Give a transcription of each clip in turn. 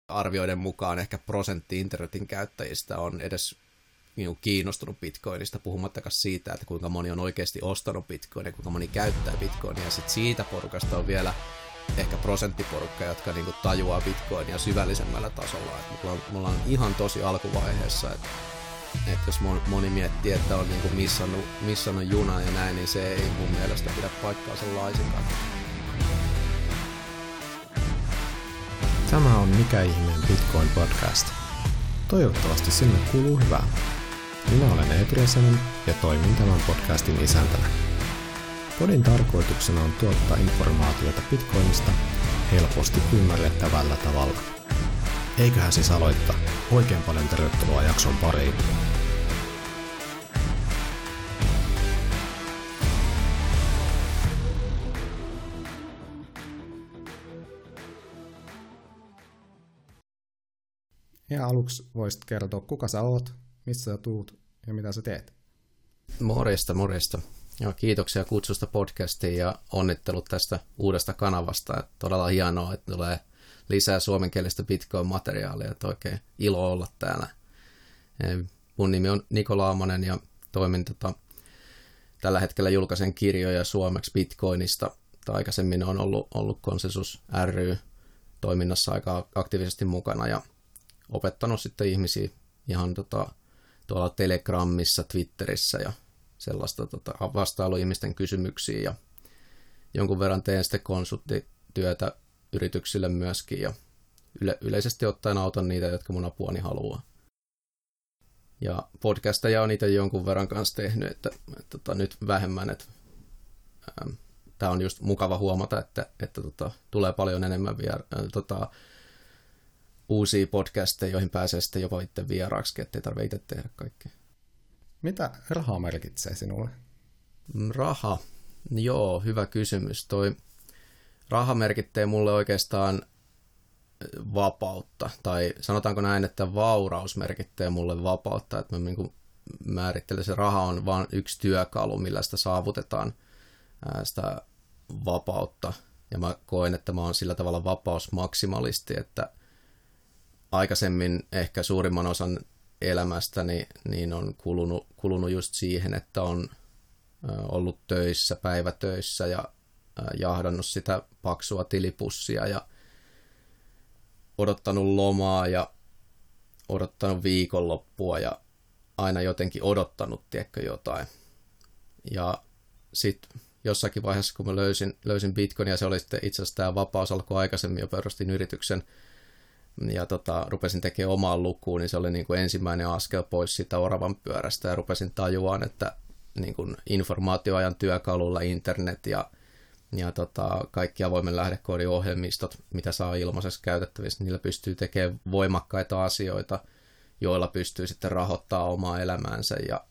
arvioiden mukaan ehkä prosentti internetin käyttäjistä on edes kiinnostunut Bitcoinista, puhumattakaan siitä, että kuinka moni on oikeasti ostanut Bitcoinia, kuinka moni käyttää Bitcoinia, ja sitten siitä porukasta on vielä ehkä prosenttiporukka, jotka niinku tajuaa Bitcoinia syvällisemmällä tasolla. Me ollaan ihan tosi alkuvaiheessa, että jos moni miettii, että on niinku missannut juna ja näin, niin se ei mun mielestä pidä paikkaansa laisinkaan. Tämä on Mikä ihmeen Bitcoin podcast. Toivottavasti sinne kuuluu hyvää. Minä olen Eetu Räsänen ja toimin tämän podcastin isäntänä. Podin tarkoituksena on tuottaa informaatiota Bitcoinista helposti ymmärrettävällä tavalla. Eiköhän siis aloittaa. Oikein paljon tervetuloa jakson pariin. Ja aluksi voisit kertoa, kuka sä oot, missä sä tuut ja mitä sä teet. Morjesta. Joo, kiitoksia kutsusta podcastiin ja onnittelut tästä uudesta kanavasta. Todella hienoa, että tulee lisää suomenkielistä Bitcoin-materiaalia. Että oikein ilo olla täällä. Mun nimi on Niko Laamonen ja toimin tällä hetkellä julkaisen kirjoja suomeksi Bitcoinista. Aikaisemmin on ollut Konsensus ry toiminnassa aika aktiivisesti mukana ja opettanut sitten ihmisiä ihan tuolla Telegramissa, Twitterissä ja sellaista vastailu ihmisten kysymyksiin ja jonkun verran teen sitten konsulttityötä yrityksille myöskin ja yleisesti ottaen autan niitä, jotka mun apuani haluaa. Ja podcasteja on itse jonkun verran kanssa tehnyt, että nyt vähemmän, tää on just mukava huomata, että tulee paljon enemmän uusia podcasteja, joihin pääsee sitten jopa itse vieraaksi, ettei tarvitse itse tehdä kaikkea. Mitä raha merkitsee sinulle? Raha? Joo, hyvä kysymys. Raha merkitsee mulle oikeastaan vapautta, tai sanotaanko näin, että vauraus merkitsee mulle vapautta, että mä määrittelen, se raha on vain yksi työkalu, millä sitä saavutetaan sitä vapautta, ja mä koen, että mä oon sillä tavalla vapausmaksimalisti, että aikaisemmin ehkä suurimman osan elämästäni niin on kulunut just siihen, että on ollut töissä, päivätöissä ja jahdannut sitä paksua tilipussia ja odottanut lomaa ja odottanut viikonloppua ja aina jotenkin odottanut, tiedätkö, jotain. Ja sitten jossakin vaiheessa, kun mä löysin Bitcoinia, se oli sitten itse asiassa tämä vapaus alkoi aikaisemmin jo perustin yrityksen ja rupesin tekemään omaan lukuun, niin se oli niin kuin ensimmäinen askel pois sitä oravan pyörästä ja rupesin tajuaan, että niin kuin informaatioajan työkalulla internet ja kaikki avoimen lähdekoodin ohjelmistot, mitä saa ilmaiseksi käytettävissä, niillä pystyy tekemään voimakkaita asioita, joilla pystyy sitten rahoittamaan omaa elämäänsä ja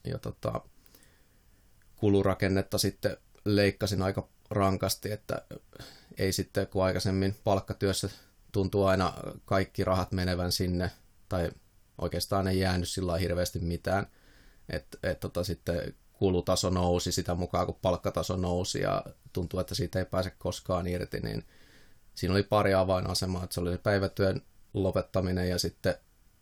kulurakennetta sitten leikkasin aika rankasti, että ei sitten kun aikaisemmin palkkatyössä tuntuu aina kaikki rahat menevän sinne, tai oikeastaan ei jäänyt sillä hirveästi mitään, että sitten kulutaso nousi sitä mukaan, kun palkkataso nousi, ja tuntuu, että siitä ei pääse koskaan irti, niin siinä oli pari avainasemaa, että se oli se päivätyön lopettaminen, ja sitten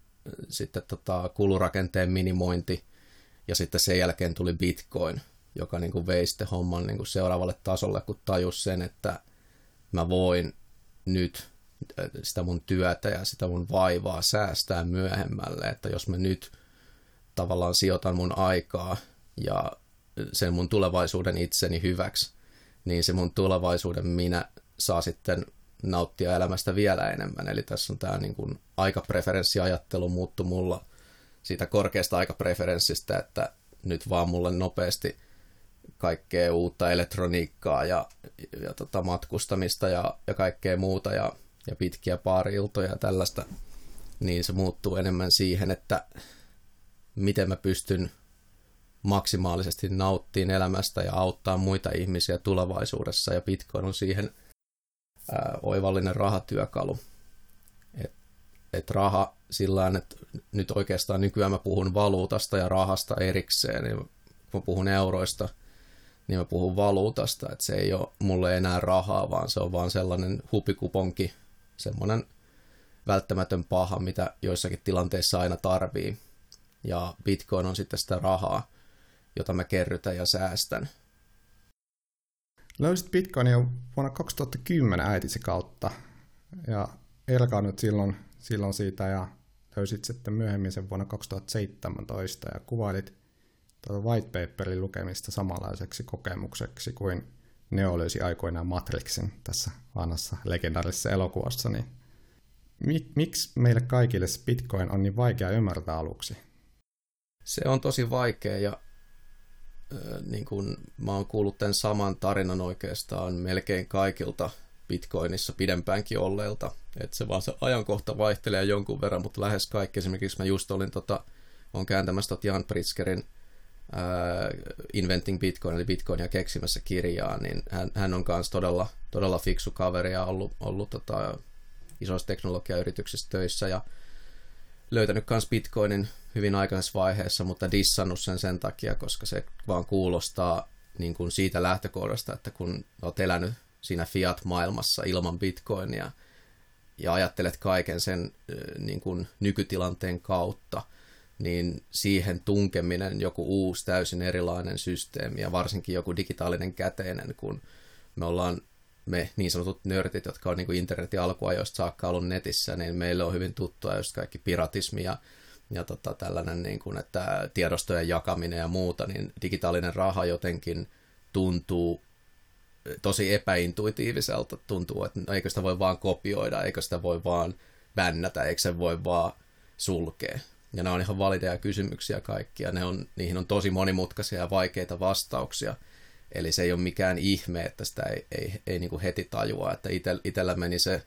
kulurakenteen minimointi, ja sitten sen jälkeen tuli Bitcoin, joka niin kuin vei sitten homman niin kuin seuraavalle tasolle, kun tajus sen, että mä voin nyt sitä mun työtä ja sitä mun vaivaa säästää myöhemmälle, että jos mä nyt tavallaan sijoitan mun aikaa ja sen mun tulevaisuuden itseni hyväksi, niin se mun tulevaisuuden minä saa sitten nauttia elämästä vielä enemmän. Eli tässä on tämä niin kuin aikapreferenssiajattelu muuttu mulla siitä korkeasta aikapreferenssistä, että nyt vaan mulle nopeasti kaikkea uutta elektroniikkaa ja matkustamista ja kaikkea muuta ja pitkiä baari-iltoja ja tällaista, niin se muuttuu enemmän siihen, että miten mä pystyn maksimaalisesti nauttiin elämästä ja auttaa muita ihmisiä tulevaisuudessa, ja Bitcoin on siihen oivallinen rahatyökalu. Et raha sillään, että nyt oikeastaan nykyään mä puhun valuutasta ja rahasta erikseen, niin kun mä puhun euroista, niin mä puhun valuutasta, että se ei ole mulle enää rahaa, vaan se on vaan sellainen hupikuponki, semmoinen välttämätön paha, mitä joissakin tilanteissa aina tarvii. Ja Bitcoin on sitten sitä rahaa, jota mä kerrytän ja säästän. Löysit Bitcoinin jo vuonna 2010 äitisi kautta ja erkaannut silloin siitä ja löysit sitten myöhemmin sen vuonna 2017 ja kuvailit white paperin lukemista samanlaiseksi kokemukseksi kuin Neo löysi aikoinaan Matrixin tässä vanhassa legendaarisessa elokuvassa. Niin miksi meille kaikille Bitcoin on niin vaikea ymmärtää aluksi? Se on tosi vaikea ja niin kuin mä oon kuullut tämän saman tarinan oikeastaan melkein kaikilta Bitcoinissa pidempäänkin olleilta. Että se vaan se ajankohta vaihtelee jonkun verran, mutta lähes kaikki. Esimerkiksi mä just olen kääntämässä Jan Pritzkerin Inventing Bitcoin, eli Bitcoinia keksimässä kirjaa, niin hän on myös todella fiksu kaveri ja ollut isoissa teknologiayrityksissä töissä ja löytänyt myös Bitcoinin hyvin aikaisessa vaiheessa, mutta dissannut sen takia, koska se vaan kuulostaa niin kuin siitä lähtökohdasta, että kun olet elänyt siinä fiat-maailmassa ilman Bitcoinia ja ajattelet kaiken sen niin kuin nykytilanteen kautta, niin siihen tunkeminen joku uusi, täysin erilainen systeemi ja varsinkin joku digitaalinen käteinen, kun me niin sanotut nörtit, jotka on niin kuin internetin alkuajoista saakka ollut netissä, niin meille on hyvin tuttua just kaikki piratismi ja tällainen, niin kuin, että tiedostojen jakaminen ja muuta, niin digitaalinen raha jotenkin tuntuu tosi epäintuitiiviselta. Tuntuu, että eikö sitä voi vaan kopioida, eikö sitä voi vaan bännätä, eikö se voi vaan sulkea. Ja nämä on ihan valideja kysymyksiä kaikkia. Niihin on tosi monimutkaisia ja vaikeita vastauksia. Eli se ei ole mikään ihme, että sitä ei niin kuin heti tajua. Että itsellä meni se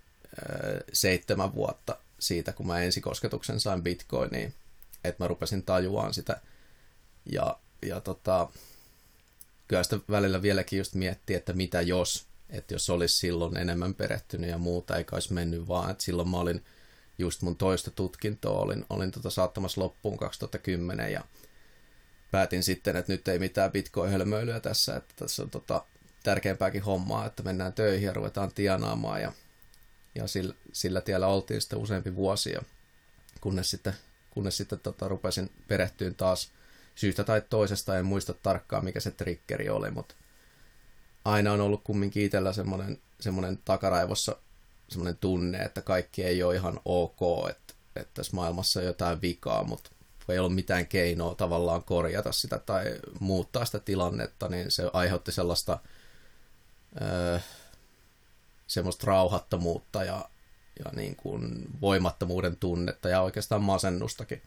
7 vuotta siitä, kun mä ensikosketuksen sain Bitcoiniin, että mä rupesin tajuaan sitä. Ja kyllä sitä välillä vieläkin just miettii, että mitä jos, että jos olisi silloin enemmän perehtynyt ja muuta, eikä olisi mennyt vaan, että silloin mä olin just mun toista tutkintoa, olin saattamassa loppuun 2010 ja päätin sitten, että nyt ei mitään Bitcoin-hölmöilyä tässä, että tässä on tärkeämpääkin hommaa, että mennään töihin ja ruvetaan tienaamaan ja sillä tiellä oltiin sitten useampi vuosia, kunnes sitten rupesin perehtyyn taas syystä tai toisesta, en muista tarkkaan mikä se triggeri oli, mutta aina on ollut kumminkin itsellä semmoinen takaraivossa semmoinen tunne, että kaikki ei ole ihan ok, että tässä maailmassa on jotain vikaa, mutta ei ollut mitään keinoa tavallaan korjata sitä tai muuttaa sitä tilannetta, niin se aiheutti semmoista rauhattomuutta ja niin kuin voimattomuuden tunnetta ja oikeastaan masennustakin.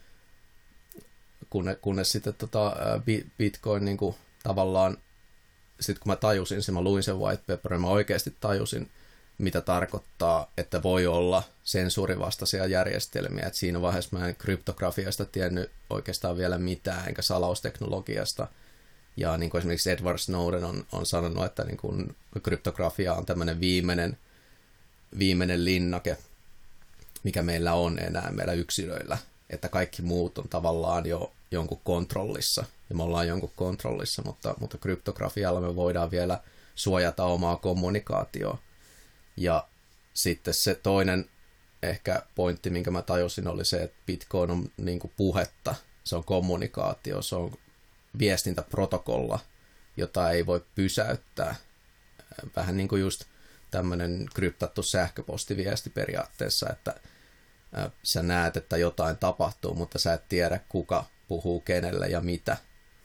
Kunnes sitten Bitcoin niin kuin tavallaan, sitten kun mä tajusin sen, mä luin sen white paperin, mä oikeasti tajusin, mitä tarkoittaa, että voi olla sensuurivastaisia järjestelmiä. Et siinä vaiheessa mä en kryptografiasta tiennyt oikeastaan vielä mitään, enkä salausteknologiasta. Ja niin kuin esimerkiksi Edward Snowden on sanonut, että niin kuin kryptografia on tämmöinen viimeinen linnake, mikä meillä on enää meillä yksilöillä. Että kaikki muut on tavallaan jo jonkun kontrollissa. Ja me ollaan jonkun kontrollissa, mutta kryptografialla me voidaan vielä suojata omaa kommunikaatioa. Ja sitten se toinen ehkä pointti, minkä mä tajusin, oli se, että Bitcoin on niin kuin puhetta, se on kommunikaatio, se on viestintäprotokolla, jota ei voi pysäyttää. Vähän niin kuin just tämmöinen kryptattu sähköpostiviesti periaatteessa, että sä näet, että jotain tapahtuu, mutta sä et tiedä, kuka puhuu kenelle ja mitä.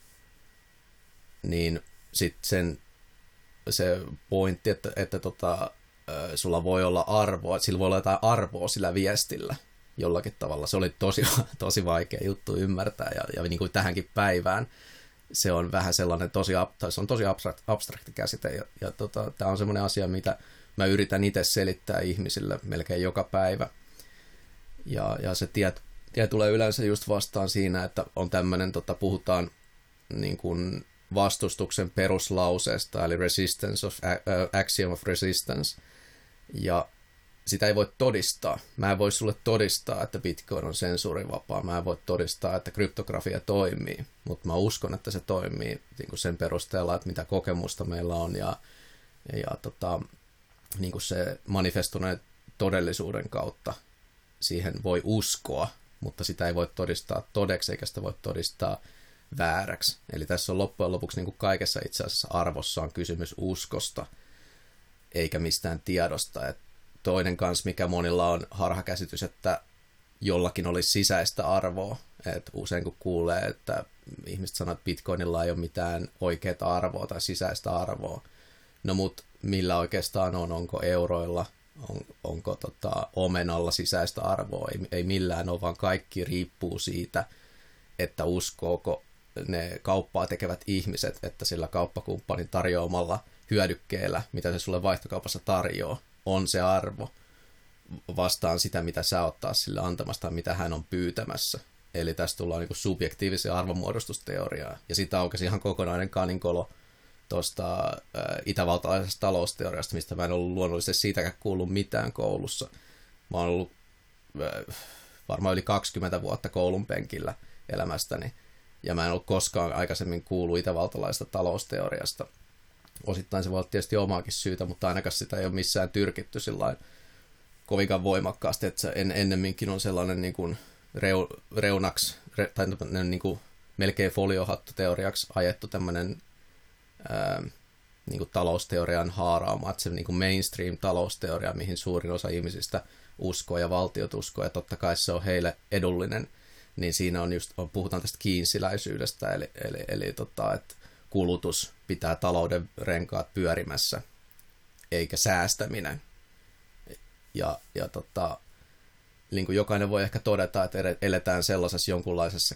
Niin sitten se pointti, että sulla voi olla arvoa, että sillä voi olla jotain arvoa sillä viestillä jollakin tavalla. Se oli tosi vaikea juttu ymmärtää ja niin kuin tähänkin päivään se on vähän sellainen se on tosi abstrakti käsite ja tämä on semmoinen asia, mitä mä yritän itse selittää ihmisille melkein joka päivä. Ja se tie tulee yleensä just vastaan siinä, että on tämmöinen, puhutaan niin kuin vastustuksen peruslauseesta, eli axiom of resistance, ja sitä ei voi todistaa. Mä en voi sulle todistaa, että Bitcoin on sensuurivapaa, mä en voi todistaa, että kryptografia toimii, mutta mä uskon, että se toimii niin kuin sen perusteella, että mitä kokemusta meillä on, ja niin kuin se manifestoinen todellisuuden kautta siihen voi uskoa, mutta sitä ei voi todistaa todeksi eikä sitä voi todistaa vääräksi. Eli tässä on loppujen lopuksi niin kuin kaikessa itse asiassa arvossa on kysymys uskosta eikä mistään tiedosta. Et toinen kanssa, mikä monilla on harhakäsitys, että jollakin olisi sisäistä arvoa. Et usein kun kuulee, että ihmiset sanoo, että Bitcoinilla ei ole mitään oikeaa arvoa tai sisäistä arvoa. No mut millä oikeastaan on? Onko euroilla? Onko omenalla sisäistä arvoa? Ei millään ole, vaan kaikki riippuu siitä, että uskooko ne kauppaa tekevät ihmiset, että sillä kauppakumppanin tarjoamalla hyödykkeellä, mitä se sulle vaihtokaupassa tarjoaa, on se arvo vastaan sitä, mitä sä oot taas sille antamasta, mitä hän on pyytämässä. Eli tästä tullaan niin kuin subjektiivisen arvonmuodostusteoriaa. Ja sitä aukesi ihan kokonainen kaninkolo tuosta itävaltalaisesta talousteoriasta, mistä mä en ollut luonnollisesti siitäkään kuullut mitään koulussa. Mä oon ollut varmaan yli 20 vuotta koulun penkillä elämästäni, ja mä en ollut koskaan aikaisemmin kuullut itävaltalaisesta talousteoriasta. Osittain se voi olla tietysti omaakin syytä, mutta ainakaan sitä ei ole missään tyrkitty sillain kovinkaan voimakkaasti, että se ennemminkin on sellainen niin kuin reunaksi, tai niin kuin melkein foliohattuteoriaksi ajettu tämmöinen niin kuin talousteorian haaraama, että se niin kuin mainstream-talousteoria, mihin suurin osa ihmisistä uskoo ja valtiot uskoo, ja totta kai se on heille edullinen, niin siinä on just, puhutaan tästä kiinsiläisyydestä, eli että kulutus pitää talouden renkaat pyörimässä, eikä säästäminen. Ja niin kuin jokainen voi ehkä todeta, että eletään sellaisessa jonkunlaisessa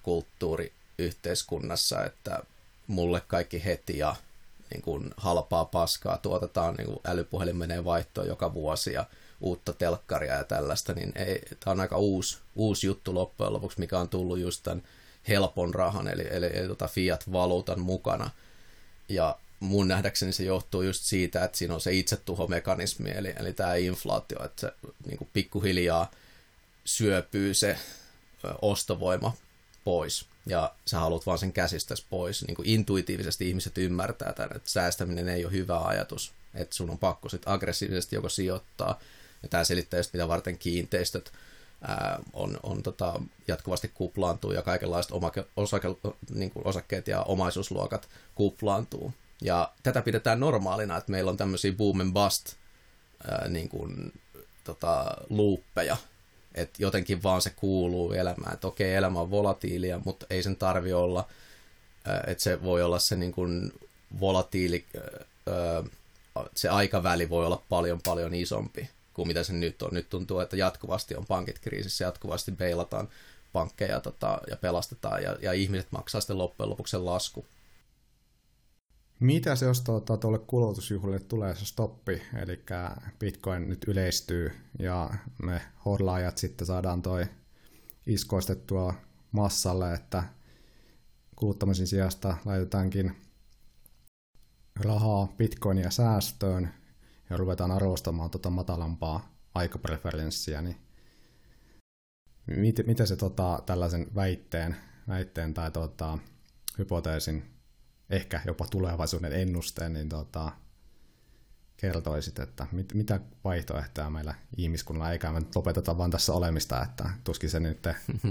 kerskakulttuuriyhteiskunnassa, että mulle kaikki heti ja niin kuin halpaa paskaa tuotetaan, niin kuin älypuhelin menee vaihtoon joka vuosi ja uutta telkkaria ja tällaista, niin tämä on aika uusi juttu loppujen lopuksi, mikä on tullut just tämän helpon rahan, eli fiat-valuutan mukana. Ja mun nähdäkseni se johtuu just siitä, että siinä on se itsetuhomekanismi, eli tämä inflaatio, että se niin kuin pikkuhiljaa syöpyy se ostovoima pois, ja sä haluat vaan sen käsistäsi pois. Niin kuin intuitiivisesti ihmiset ymmärtää tämän, että säästäminen ei ole hyvä ajatus, että sun on pakko sit aggressiivisesti joko sijoittaa, ja tämä selittää just mitä varten kiinteistöt on jatkuvasti kuplaantuu, ja kaikenlaiset niin kuin osakkeet ja omaisuusluokat kuplaantuu. Ja tätä pidetään normaalina, että meillä on tämmöisiä boom and bust niin kuin, luuppeja, että jotenkin vaan se kuuluu elämään. Että okei, elämä on volatiilia, mutta ei sen tarvitse olla, että se voi olla se niin kuin volatiili, se aikaväli voi olla paljon isompi kuin mitä se nyt on. Nyt tuntuu, että jatkuvasti on pankit kriisissä, jatkuvasti beilataan pankkeja ja pelastetaan, ja ihmiset maksaa sitten loppujen lopuksi sen lasku. Mitä se, jos tuolle kulutusjuhlille tulee se stoppi, eli Bitcoin nyt yleistyy ja me hodlaajat sitten saadaan toi iskoistettua massalle, että kuluttamisen sijasta laitetaankin rahaa Bitcoinia säästöön ja ruvetaan arvostamaan matalampaa aikapreferenssiä, niin miten se tällaisen väitteen tai hypoteesin, ehkä jopa tulevaisuuden ennusteen, niin kertoisit, että mitä vaihtoehtoja meillä ihmiskunnalla, eikä me lopeteta vaan tässä olemista, että tuskin se nyt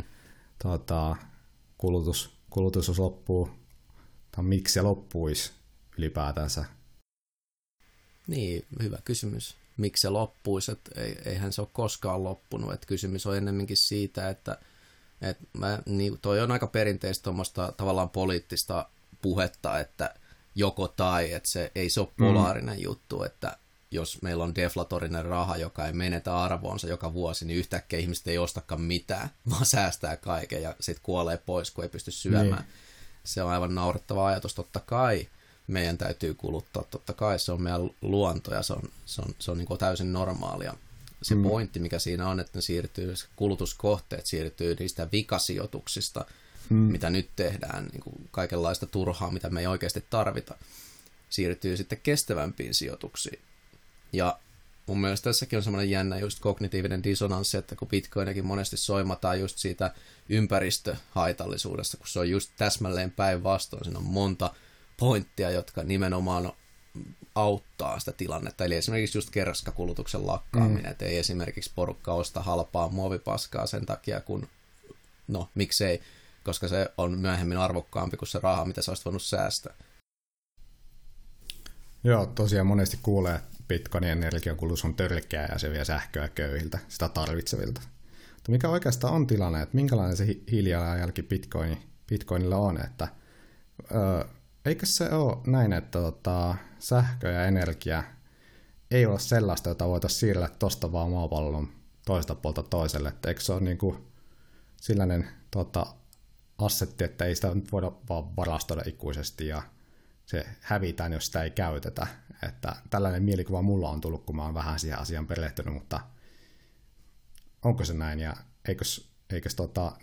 kulutus jos loppuu, tai miksi se loppuisi ylipäätänsä? Niin, hyvä kysymys. Miksi se loppuisi? Eihän se ole koskaan loppunut. Et kysymys on ennemminkin siitä, että toi on aika perinteistä tuommoista tavallaan poliittista puhetta, että joko tai, että se ole polaarinen juttu, että jos meillä on deflatorinen raha, joka ei menetä arvoonsa joka vuosi, niin yhtäkkiä ihmiset ei ostakaan mitään, vaan säästää kaiken ja sitten kuolee pois, kun ei pysty syömään. Se on aivan naurettava ajatus. Totta kai meidän täytyy kuluttaa, totta kai se on meidän luonto ja se on niin kuin täysin normaalia. Se pointti, mikä siinä on, että kulutuskohteet siirtyy niistä vikasijoituksista, mitä nyt tehdään, niin kuin kaikenlaista turhaa, mitä me ei oikeasti tarvita, siirtyy sitten kestävämpiin sijoituksiin. Ja mun mielestä tässäkin on semmoinen jännä just kognitiivinen dissonanssi, että kun Bitcoinakin monesti soimataan just siitä ympäristöhaitallisuudesta, kun se on just täsmälleen päinvastoin. Siinä on monta pointtia, jotka nimenomaan auttaa sitä tilannetta. Eli esimerkiksi just kerskakulutuksen lakkaaminen, että ei esimerkiksi porukka osta halpaa muovipaskaa sen takia, kun no miksei, koska se on myöhemmin arvokkaampi kuin se raha, mitä sä olisit voinut säästää. Joo, tosiaan monesti kuulee, että Bitcoinin energiankulutus on törkeä ja se vie sähköä köyhiltä, sitä tarvitsevilta. Mutta mikä oikeastaan on tilanne, että minkälainen se hiilijalanjälki Bitcoinilla on, että eikö se ole näin, että sähkö ja energia ei ole sellaista, jota voitaisiin siirrellä tuosta vaan maapallon toista puolta toiselle, että eikö se ole niin kuin sellainen assetti, että ei sitä nyt voida vaan varastoida ikuisesti ja se hävitään, jos sitä ei käytetä. Että tällainen mielikuva mulla on tullut, kun mä oon vähän siihen asiaan perehtynyt, mutta onko se näin ja eikös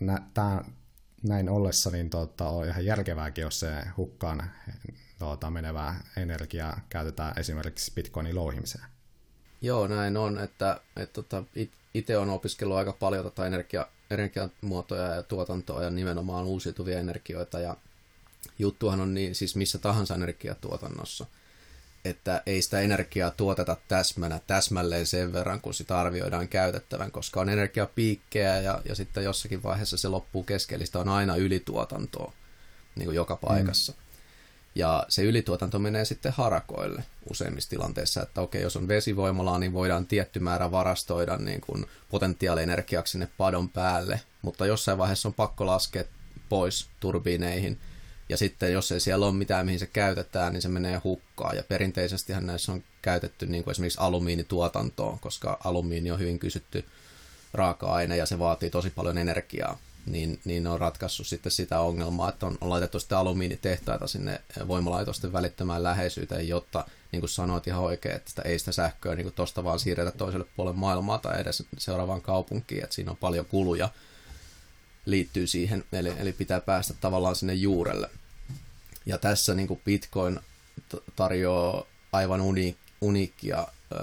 näin ollessa niin ole ihan järkevääkin, jos se hukkaan menevää energiaa käytetään esimerkiksi Bitcoinin louhimiseen? Joo, näin on, että itse olen opiskellut aika paljon energiamuotoja ja tuotantoa ja nimenomaan uusiutuvia energioita, ja juttuhan on niin siis missä tahansa energiatuotannossa, että ei sitä energiaa tuoteta täsmälleen sen verran, kun sitä arvioidaan käytettävän, koska on energiapiikkejä ja sitten jossakin vaiheessa se loppuu kesken, eli sitä on aina ylituotantoa niin kuin joka paikassa. Ja se ylituotanto menee sitten harakoille useimmissa tilanteissa, että okei, jos on vesivoimalaa, niin voidaan tietty määrä varastoida niin kuin potentiaalienergiaksi sinne padon päälle, mutta jossain vaiheessa on pakko laskea pois turbiineihin, ja sitten jos ei siellä ole mitään, mihin se käytetään, niin se menee hukkaan. Ja perinteisestihän näissä on käytetty niin kuin esimerkiksi alumiinituotantoon, koska alumiini on hyvin kysytty raaka-aine ja se vaatii tosi paljon energiaa. Niin ne on ratkaissut sitten sitä ongelmaa, että on laitettu sitten alumiinitehtaita sinne voimalaitosten välittömään läheisyyteen, jotta, niin kuin sanoit ihan oikein, että ei sitä sähköä niin tuosta vaan siirretä toiselle puolelle maailmaa tai edes seuraavaan kaupunkiin, että siinä on paljon kuluja liittyy siihen, eli pitää päästä tavallaan sinne juurelle. Ja tässä niin kuin Bitcoin tarjoaa aivan uniikkia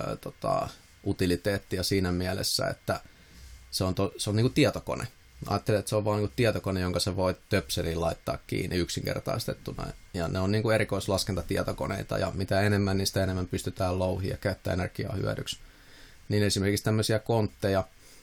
utiliteettia siinä mielessä, että se on niin kuin tietokone. Ajattelen, että se on vaan niin kuin tietokone, jonka sä voit töpseliin laittaa kiinni yksinkertaistettuna. Ja ne on niin kuin erikoislaskentatietokoneita, ja mitä enemmän, niin sitä enemmän pystytään louhimaan ja käyttää energiaa hyödyksi. Niin esimerkiksi tämmöisiä kontteja,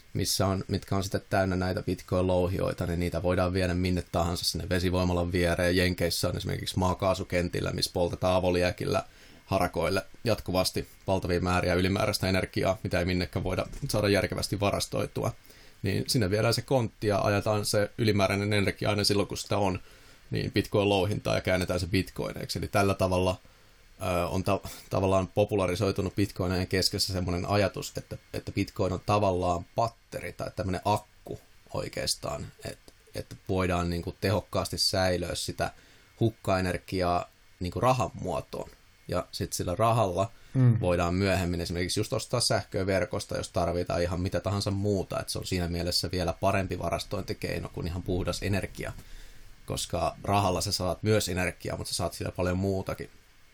mitkä on sitten täynnä näitä Bitcoin-louhioita, niin niitä voidaan viedä minne tahansa sinne vesivoimalan viereen. Jenkeissä on esimerkiksi maakaasukentillä, missä poltetaan avoliäkillä harakoille jatkuvasti valtavia määriä ylimääräistä energiaa, mitä ei minnekään voida saada järkevästi varastoitua. Niin sinne viedään se kontti ja ajetaan se ylimääräinen energia aina silloin, kun sitä on, niin Bitcoin-louhintaa ja käännetään se bitcoineiksi. Eli tällä tavalla on tavallaan popularisoitunut Bitcoinien keskessä semmoinen ajatus, että Bitcoin on tavallaan patteri tai tämmöinen akku oikeastaan, että voidaan niin kuin tehokkaasti säilöä sitä hukkaenergiaa niin kuin rahan muotoon. Ja sitten sillä rahalla voidaan myöhemmin esimerkiksi just ostaa sähköä verkosta, jos tarvitaan ihan mitä tahansa muuta, että se on siinä mielessä vielä parempi varastointikeino kuin ihan puhdas energia, koska rahalla sä saat myös energiaa, mutta sä saat siellä paljon muutakin.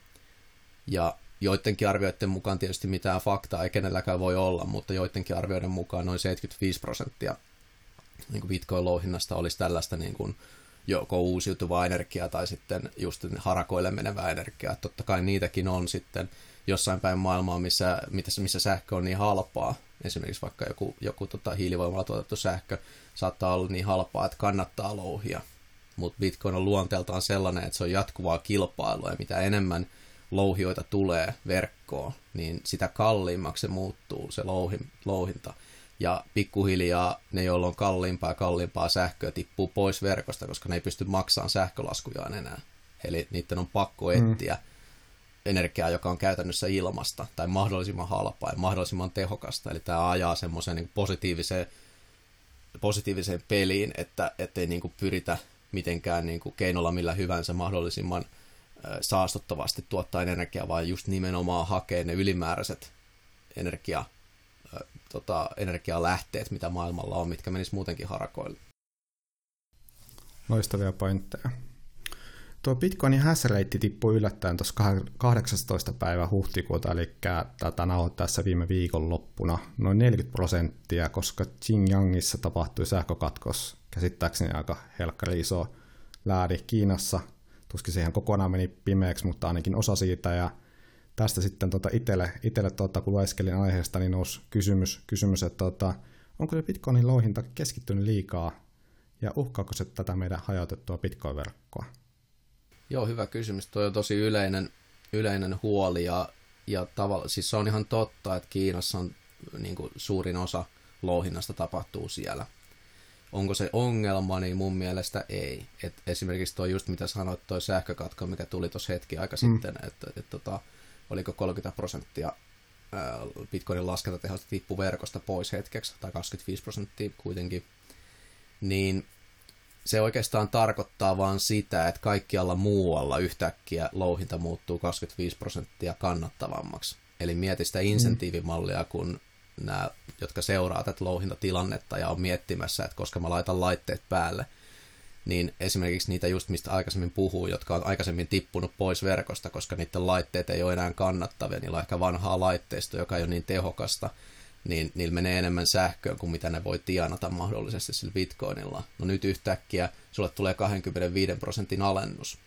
Ja joidenkin arvioiden mukaan tietysti mitään faktaa ei kenelläkään voi olla, mutta joidenkin arvioiden mukaan noin 75% niin kuin Bitcoin-louhinnasta olisi tällaista niin kuin joko uusiutuvaa energiaa tai sitten just harakoille menevää energiaa. Totta kai niitäkin on sitten jossain päin maailmaa, missä sähkö on niin halpaa. Esimerkiksi vaikka joku hiilivoimalla tuotettu sähkö saattaa olla niin halpaa, että kannattaa louhia. Mutta Bitcoin on luonteeltaan sellainen, että se on jatkuvaa kilpailua, ja mitä enemmän louhioita tulee verkkoon, niin sitä kalliimmaksi se muuttuu se louhinta. Ja pikkuhiljaa ne, joilla on kalliimpaa sähköä, tippuu pois verkosta, koska ne ei pysty maksamaan sähkölaskujaan enää. Eli niiden on pakko etsiä energiaa, joka on käytännössä ilmasta, tai mahdollisimman halpaa ja mahdollisimman tehokasta. Eli tämä ajaa semmoiseen niin positiiviseen peliin, että ei niin kuin pyritä mitenkään niin kuin keinolla millä hyvänsä mahdollisimman saastuttavasti tuottaa energiaa, vaan just nimenomaan hakee ne ylimääräiset energialähteet, mitä maailmalla on, mitkä menis muutenkin harakoille. Loistavia pointteja. Tuo Bitcoinin hash rate tippui yllättäen tuossa 18. päivä huhtikuuta, eli tätä nauhoittaessa viime viikon loppuna noin 40%, koska Xinjiangissa tapahtui sähkökatkos, käsittääkseni aika helkkari iso läädi Kiinassa. Tuskin se ihan kokonaan meni pimeäksi, mutta ainakin osa siitä, ja tästä sitten itselle kun lueskelin aiheesta, niin nousi kysymys että onko se Bitcoinin louhinta keskittynyt liikaa ja uhkaako se tätä meidän hajautettua Bitcoin-verkkoa? Joo, hyvä kysymys. Tuo on tosi yleinen huoli ja siis se on ihan totta, että Kiinassa on niin kuin suurin osa louhinnasta tapahtuu siellä. Onko se ongelma, niin mun mielestä ei. Et esimerkiksi tuo just mitä sanoit, tuo sähkökatko, mikä tuli tuossa hetki aika sitten, että oliko 30% Bitcoinin laskentatehosta tippui verkosta pois hetkeksi, tai 25% kuitenkin, niin se oikeastaan tarkoittaa vaan sitä, että kaikkialla muualla yhtäkkiä louhinta muuttuu 25% kannattavammaksi. Eli mieti sitä insentiivimallia, kun nämä, jotka seuraa tätä louhintatilannetta ja on miettimässä, että koska mä laitan laitteet päälle, niin esimerkiksi niitä just mistä aikaisemmin puhuu, jotka on aikaisemmin tippunut pois verkosta, koska niiden laitteet ei ole enää kannattavia, niillä on ehkä vanhaa laitteistoa, joka ei ole niin tehokasta, niin niillä menee enemmän sähköön kuin mitä ne voi tienata mahdollisesti sillä Bitcoinilla. No nyt yhtäkkiä sulle tulee 25% alennus.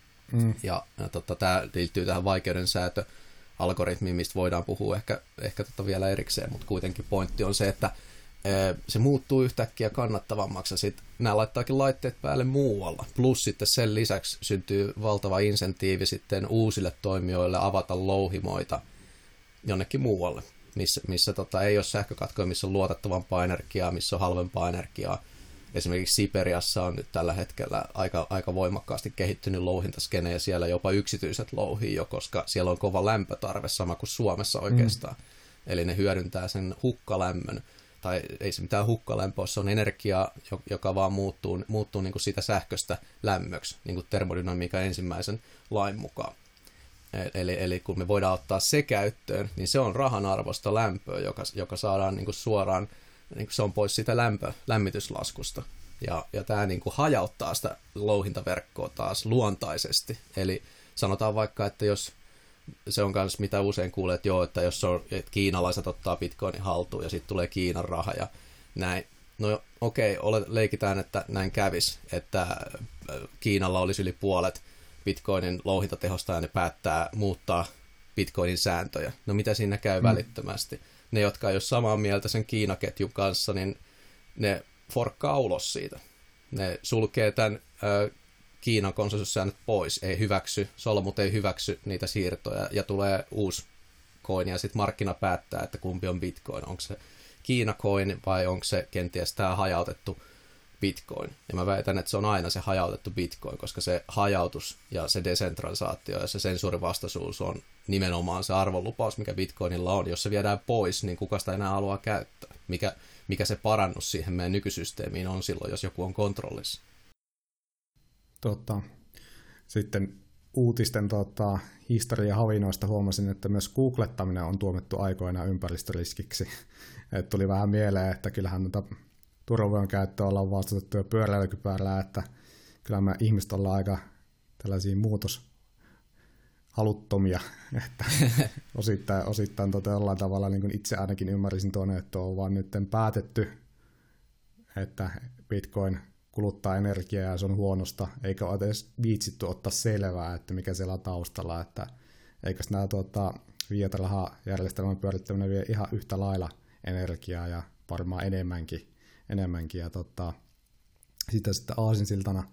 Ja tämä liittyy tähän vaikeudensäätöalgoritmiin, mistä voidaan puhua ehkä vielä erikseen, mutta kuitenkin pointti on se, että se muuttuu yhtäkkiä kannattavammaksi ja sitten nämä laittaakin laitteet päälle muualla. Plus sitten sen lisäksi syntyy valtava insentiivi sitten uusille toimijoille avata louhimoita jonnekin muualle, missä ei ole sähkökatkoja, missä on luotettavampaa energiaa, missä on halvempaa energiaa. Esimerkiksi Siperiassa on nyt tällä hetkellä aika voimakkaasti kehittynyt louhintaskene ja siellä jopa yksityiset louhii jo, koska siellä on kova lämpötarve sama kuin Suomessa oikeastaan. Eli ne hyödyntää sen hukkalämmön. Tai ei se mitään hukkalämpöä, se on energiaa, joka vaan muuttuu niin kuin siitä sähköstä lämmöksi, niin kuin termodynamiikan ensimmäisen lain mukaan. Eli kun me voidaan ottaa se käyttöön, niin se on rahan arvosta lämpöä, joka saadaan niin kuin suoraan, niin kuin se on pois siitä lämmityslaskusta. Ja tämä niin kuin hajauttaa sitä louhintaverkkoa taas luontaisesti. Eli sanotaan vaikka, että jos se on myös mitä usein kuulee, että jos kiinalaiset ottaa Bitcoinin haltuun ja sitten tulee Kiinan raha ja näin. No okei, leikitään, että näin kävisi, että Kiinalla olisi yli puolet Bitcoinin louhintatehosta ja ne päättää muuttaa Bitcoinin sääntöjä. No mitä siinä käy välittömästi? Ne, jotka ei ole samaa mieltä sen Kiinaketjun kanssa, niin ne forkkaa ulos siitä. Ne sulkee tämän Kiinan konsensussäännöt pois, ei hyväksy, solmut ei hyväksy niitä siirtoja ja tulee uusi coin ja sitten markkina päättää, että kumpi on Bitcoin. Onko se Kiina-coin vai onko se kenties tämä hajautettu Bitcoin. Ja mä väitän, että se on aina se hajautettu Bitcoin, koska se hajautus ja se desentralisaatio ja se sensuurivastaisuus on nimenomaan se arvonlupaus, mikä Bitcoinilla on. Jos se viedään pois, niin kuka sitä enää haluaa käyttää? Mikä se parannus siihen meidän nykysysteemiin on silloin, jos joku on kontrollissa? Sitten uutisten historiahavinoista huomasin, että myös googlettaminen on tuomittu aikoinaan ympäristöriskiksi. Et tuli vähän mieleen, että kyllähän turvavyön käyttöä ollaan vastustettu jo pyöräilykypärää, että kyllä me ihmiset ollaan aika tällaisia muutoshaluttomia, että osittain jollain tavalla niin kuin itse ainakin ymmärrisin tuonne, että on vaan nyt päätetty, että Bitcoin kuluttaa energiaa ja se on huonosta, eikä ole edes viitsitty ottaa selvää, että mikä siellä on taustalla, että eikös nämä fiat-rahajärjestelmän pyörittäminen vie ihan yhtä lailla energiaa ja varmaan enemmänkin. Ja sitten aasinsiltana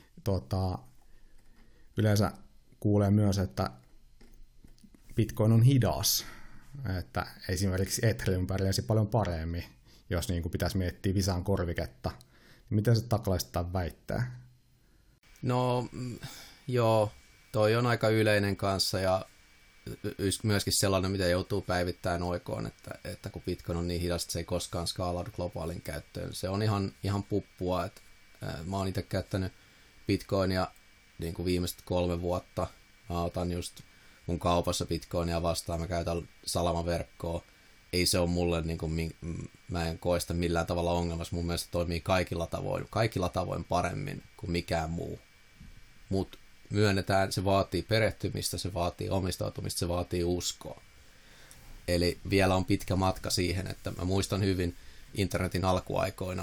yleensä kuulee myös, että Bitcoin on hidas, että esimerkiksi Ethereum pärjäisi paljon paremmin, jos niin kuin pitäisi miettiä Visan korviketta. Miten se taklaisit tämän väittää? No joo, toi on aika yleinen kanssa ja myöskin sellainen, mitä joutuu päivittäin oikoon, että kun Bitcoin on niin hidas, että se ei koskaan skaalaudu globaalin käyttöön. Se on ihan puppua. Että, mä oon itse käyttänyt Bitcoinia niin kuin viimeiset 3 vuotta. Mä otan just mun kaupassa Bitcoinia vastaan, mä käytän salamaverkkoa. Ei se ole mulle, niin kuin, mä en koe sitä millään tavalla ongelmassa. Mun mielestä toimii kaikilla tavoin paremmin kuin mikään muu. Mutta myönnetään, se vaatii perehtymistä, se vaatii omistautumista, se vaatii uskoa. Eli vielä on pitkä matka siihen, että mä muistan hyvin internetin alkuaikoina,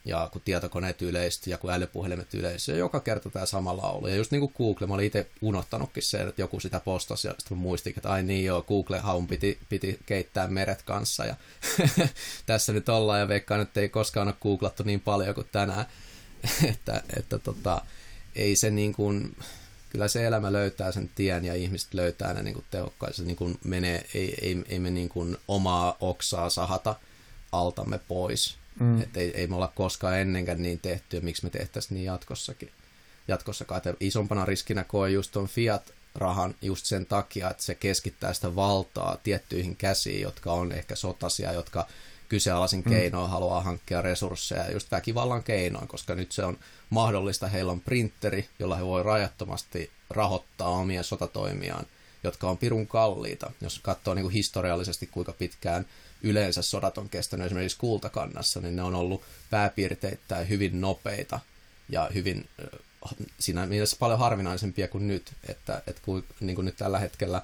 ja kun tietokoneet yleistyi ja kun älypuhelimet yleistyi, ja joka kerta tämä sama laulu. Ja just niin kuin Google, mä olin itse unohtanutkin sen, että joku sitä postasi, ja sitten mä muistin, että ai niin joo, Google-haun piti keittää meret kanssa, ja tässä nyt ollaan, ja veikkaan, että ei koskaan ole googlattu niin paljon kuin tänään, että ei se niin kuin, kyllä se elämä löytää sen tien, ja ihmiset löytää ne niin kuin tehokkaasti, se niin kuin menee, ei me niin kuin omaa oksaa sahata altamme pois. Että ei me olla koskaan ennenkään niin tehty, ja miksi me tehtäisiin niin jatkossakaan. Että isompana riskinä koe just tuon fiat-rahan just sen takia, että se keskittää sitä valtaa tiettyihin käsiin, jotka on ehkä sotaisia, jotka kyseenalaisin keinoin haluaa hankkia resursseja, just väkivallan keinoin, koska nyt se on mahdollista. Heillä on printeri, jolla he voi rajattomasti rahoittaa omia sotatoimiaan, jotka on pirun kalliita. Jos katsoo niin kuin historiallisesti, kuinka pitkään yleensä sodat on kestänyt esimerkiksi kultakannassa, niin ne on ollut pääpiirteittäin hyvin nopeita ja hyvin siinä mielessä paljon harvinaisempia kuin nyt, että niin kuin nyt tällä hetkellä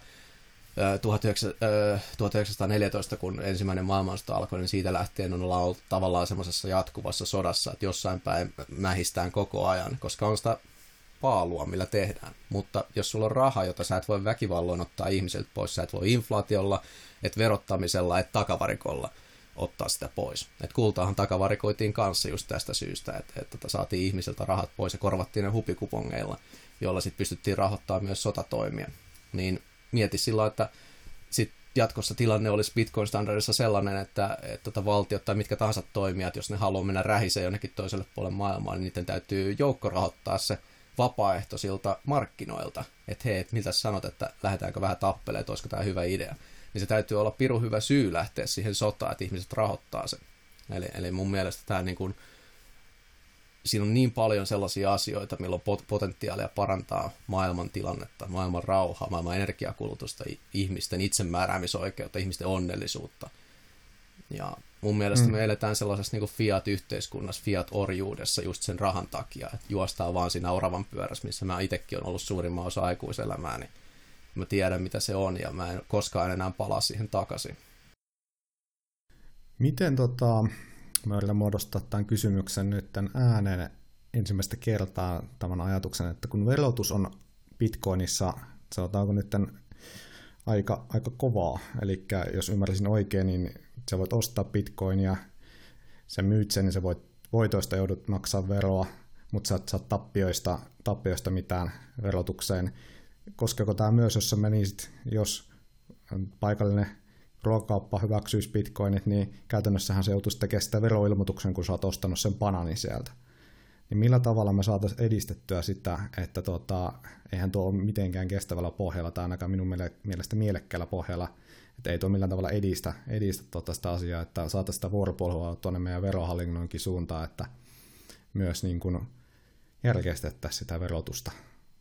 1914, kun ensimmäinen maailmansota alkoi, niin siitä lähtien on ollut tavallaan semmoisessa jatkuvassa sodassa, että jossain päin mähistään koko ajan, koska on sitä paalua, millä tehdään. Mutta jos sulla on raha, jota sä et voi väkivalloin ottaa ihmiseltä pois, sä et voi inflaatiolla, et verottamisella, et takavarikolla ottaa sitä pois. Et kultaahan takavarikoitiin kanssa just tästä syystä, että saatiin ihmiseltä rahat pois ja korvattiin ne hupikupongeilla, joilla sitten pystyttiin rahoittamaan myös sotatoimia. Niin mieti sillä, että sit jatkossa tilanne olisi Bitcoin-standardissa sellainen, että valtiot tai mitkä tahansa toimijat, jos ne haluaa mennä rähiseen jonnekin toiselle puolelle maailmaa, niin niiden täytyy joukkorahoittaa se vapaaehtoisilta markkinoilta, että hei, miltä sanot, että lähdetäänkö vähän tappelemaan, että olisiko tämä hyvä idea. Niin se täytyy olla pirun hyvä syy lähteä siihen sotaan, että ihmiset rahoittaa sen. Eli mun mielestä tämä niin kuin, siinä on niin paljon sellaisia asioita, millä on potentiaalia parantaa maailman tilannetta, maailman rauhaa, maailman energiakulutusta, ihmisten itsemääräämisoikeutta, ihmisten onnellisuutta. Ja mun mielestä me eletään sellaisessa niin kuin fiat-yhteiskunnassa, fiat-orjuudessa just sen rahan takia, että juostaan vaan siinä oravan pyörässä, missä mä itsekin olen ollut suurimman osa aikuiselämääni. Mä tiedän, mitä se on, ja mä en koskaan enää palaa siihen takaisin. Miten mä yritän muodostaa tämän kysymyksen nyt tämän ääneen ensimmäistä kertaa tämän ajatuksen, että kun verotus on Bitcoinissa, sanotaanko nyt aika kovaa, eli jos ymmärsin oikein, niin sä voit ostaa Bitcoinia, sä myyt sen, niin sä voitoista joudut maksaa veroa, mutta sä et saa tappioista mitään verotukseen. Koskeeko tämä myös, jos sä menisit, jos paikallinen ruokakauppa hyväksyisi bitcoinit, niin käytännössähän se joutuisi tekemään sitä veroilmoituksen, kun sä oot ostanut sen bananin sieltä. Niin millä tavalla me saataisiin edistettyä sitä, että eihän tuo ole mitenkään kestävällä pohjalla, tai ainakaan minun mielestä mielekkäällä pohjalla, että ei tuo millään tavalla edistä sitä asiaa, että saataisiin sitä vuoropuhelua tuonne meidän verohallinnonkin suuntaan, että myös niin kuin järkeistettäisiin sitä verotusta.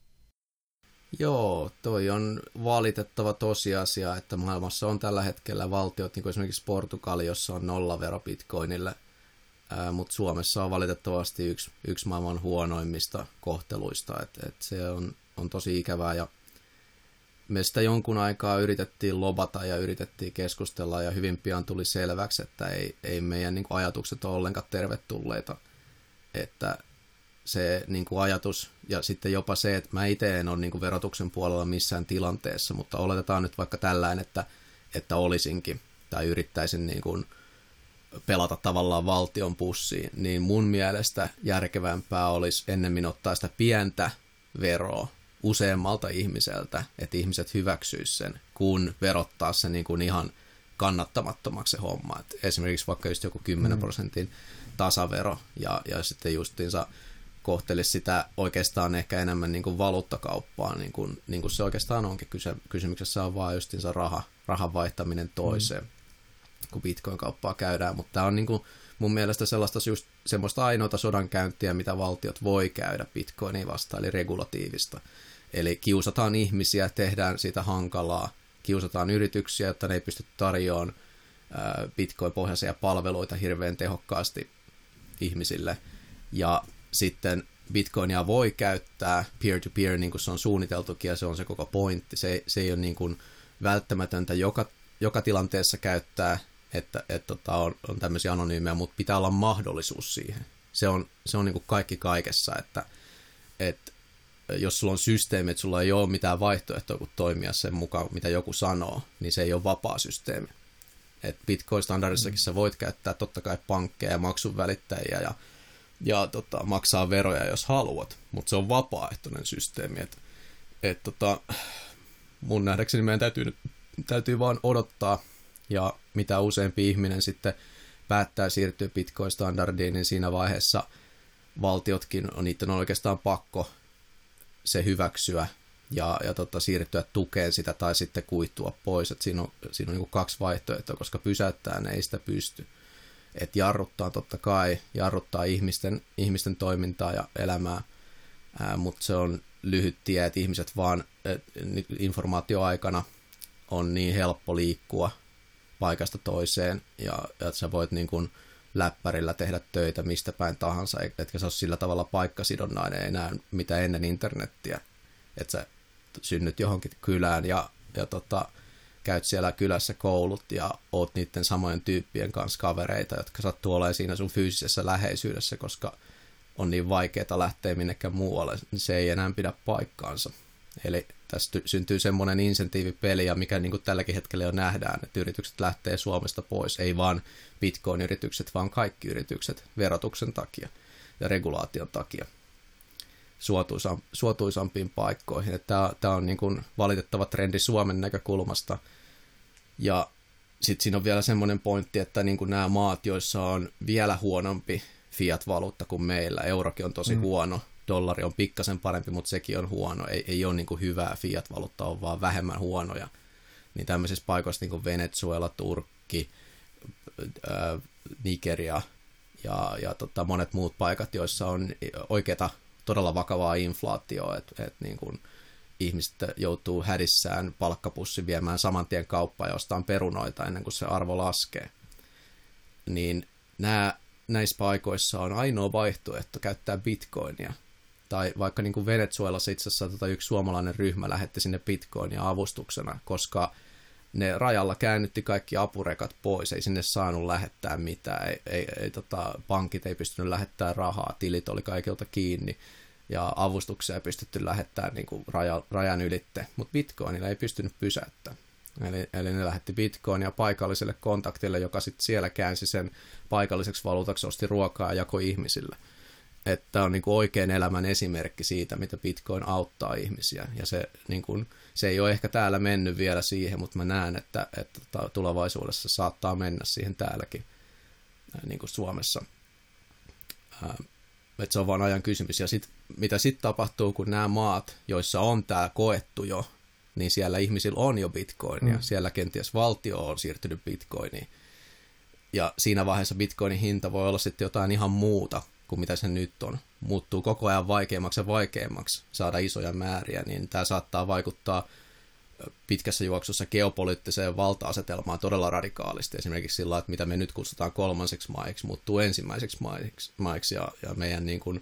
Joo, toi on valitettava tosiasia, että maailmassa on tällä hetkellä valtiot, niin kuin esimerkiksi Portugali, jossa on nollavero bitcoinille, mutta Suomessa on valitettavasti yksi maailman huonoimmista kohteluista, että se on tosi ikävää, ja me sitä jonkun aikaa yritettiin lobata ja yritettiin keskustella, ja hyvin pian tuli selväksi, että ei meidän niin kuin ajatukset ole ollenkaan tervetulleita, että se niin kuin ajatus, ja sitten jopa se, että mä itse en ole niin kuin verotuksen puolella missään tilanteessa, mutta oletetaan nyt vaikka tällainen, että olisinkin, tai yrittäisin niin kuin pelata tavallaan valtion pussiin, niin mun mielestä järkevämpää olisi ennemmin ottaa sitä pientä veroa useammalta ihmiseltä, että ihmiset hyväksyisivät sen, kun verottaa se niin kuin ihan kannattamattomaksi se homma. Et esimerkiksi vaikka just joku 10% tasavero, ja sitten justiinsa kohtelisi sitä oikeastaan ehkä enemmän niin kuin valuuttakauppaa, niin kuin se oikeastaan onkin. Kysymyksessä on vaan justiinsa rahan vaihtaminen toiseen, kun bitcoin-kauppaa käydään, mutta tämä on niin kuin mun mielestä semmoista ainoata sodankäyntiä, mitä valtiot voi käydä bitcoinia vastaan, eli regulatiivista. Eli kiusataan ihmisiä, tehdään siitä hankalaa, kiusataan yrityksiä, jotta ne ei pysty tarjoamaan bitcoin-pohjaisia palveluita hirveän tehokkaasti ihmisille, ja sitten bitcoinia voi käyttää peer-to-peer, niin kuin se on suunniteltukin, ja se on se koko pointti. Se ei ole niin kuin välttämätöntä joka tilanteessa käyttää, että on tämmöisiä anonyymejä, mutta pitää olla mahdollisuus siihen. Se on niin kuin kaikki kaikessa, että jos sulla on systeemi, että sulla ei ole mitään vaihtoehtoa kuin toimia sen mukaan, mitä joku sanoo, niin se ei ole vapaa systeemi. Et Bitcoin-standardissakin sä voit käyttää totta kai pankkeja ja maksunvälittäjiä ja maksaa veroja, jos haluat, mutta se on vapaaehtoinen systeemi. Mun nähdäkseni meidän täytyy vaan odottaa, ja mitä useampi ihminen sitten päättää siirtyä Bitcoin-standardiin, niin siinä vaiheessa valtiotkin niiden on oikeastaan pakko se hyväksyä ja siirtyä tukeen sitä tai sitten kuihtua pois. Et siinä on niin kuin 2 vaihtoehtoa, koska pysäyttää ne ei sitä pysty. Et jarruttaa totta kai, jarruttaa ihmisten toimintaa ja elämää, mutta se on lyhyt tie, että ihmiset vaan informaatioaikana on niin helppo liikkua paikasta toiseen ja sä voit niin kuin läppärillä tehdä töitä mistä päin tahansa, etkä se ole sillä tavalla paikkasidonnainen enää mitä ennen internettiä, että sä synnyt johonkin kylään ja käyt siellä kylässä koulut ja oot niiden samojen tyyppien kanssa kavereita, jotka sattuu olemaan siinä sun fyysisessä läheisyydessä, koska on niin vaikeaa lähteä minnekään muualle, niin se ei enää pidä paikkaansa. Eli tästä syntyy semmoinen insentiivipeli, ja mikä niin kuin tälläkin hetkellä jo nähdään, että yritykset lähtee Suomesta pois, ei vaan Bitcoin-yritykset, vaan kaikki yritykset verotuksen takia ja regulaation takia suotuisampiin paikkoihin. Tämä on niin kuin valitettava trendi Suomen näkökulmasta. Ja sitten siinä on vielä semmoinen pointti, että niin kuin nämä maat, joissa on vielä huonompi fiat-valuutta kuin meillä, eurokin on tosi huono, dollari on pikkasen parempi, mutta sekin on huono, ei ole niin kuin hyvää fiat-valuutta, on vaan vähemmän huonoja. Niin tämmöisissä paikoissa niin kuin Venezuela, Turkki, Nigeria ja monet muut paikat, joissa on oikeata todella vakavaa inflaatioa, että niin kuin ihmiset joutuu hädissään palkkapussin viemään saman tien kauppaan ja ostaan perunoita ennen kuin se arvo laskee. Niin näissä paikoissa on ainoa vaihtoehto käyttää bitcoinia. Tai vaikka niin kuin Venezuelassa itse asiassa yksi suomalainen ryhmä lähetti sinne bitcoinia avustuksena, koska ne rajalla käännytti kaikki apurekat pois, ei sinne saanut lähettää mitään, pankit ei pystynyt lähettämään rahaa, tilit oli kaikilta kiinni ja avustuksia ei pystytty lähettämään niin kuin rajan ylitte, mutta bitcoinilla ei pystynyt pysäyttämään. Eli ne lähetti bitcoinia paikalliselle kontaktille, joka sitten siellä käänsi sen paikalliseksi valuutaksi, osti ruokaa ja jakoi ihmisille. Että on niin kuin oikein elämän esimerkki siitä, mitä bitcoin auttaa ihmisiä. Ja se ei ole ehkä täällä mennyt vielä siihen, mutta mä näen, että tulevaisuudessa saattaa mennä siihen täälläkin, niin kuin Suomessa. Että se on vaan ajan kysymys. Ja mitä sitten tapahtuu, kun nämä maat, joissa on tämä koettu jo, niin siellä ihmisillä on jo bitcoinia. Siellä kenties valtio on siirtynyt bitcoiniin. Ja siinä vaiheessa bitcoinin hinta voi olla sitten jotain ihan muuta kuin mitä se nyt on. Muuttuu koko ajan vaikeammaksi ja vaikeammaksi saada isoja määriä, niin tämä saattaa vaikuttaa pitkässä juoksussa geopoliittiseen valta-asetelmaan todella radikaalisti. Esimerkiksi sillä, että mitä me nyt kutsutaan kolmanseksi maiksi, muuttuu ensimmäiseksi maiksi ja meidän niin kuin,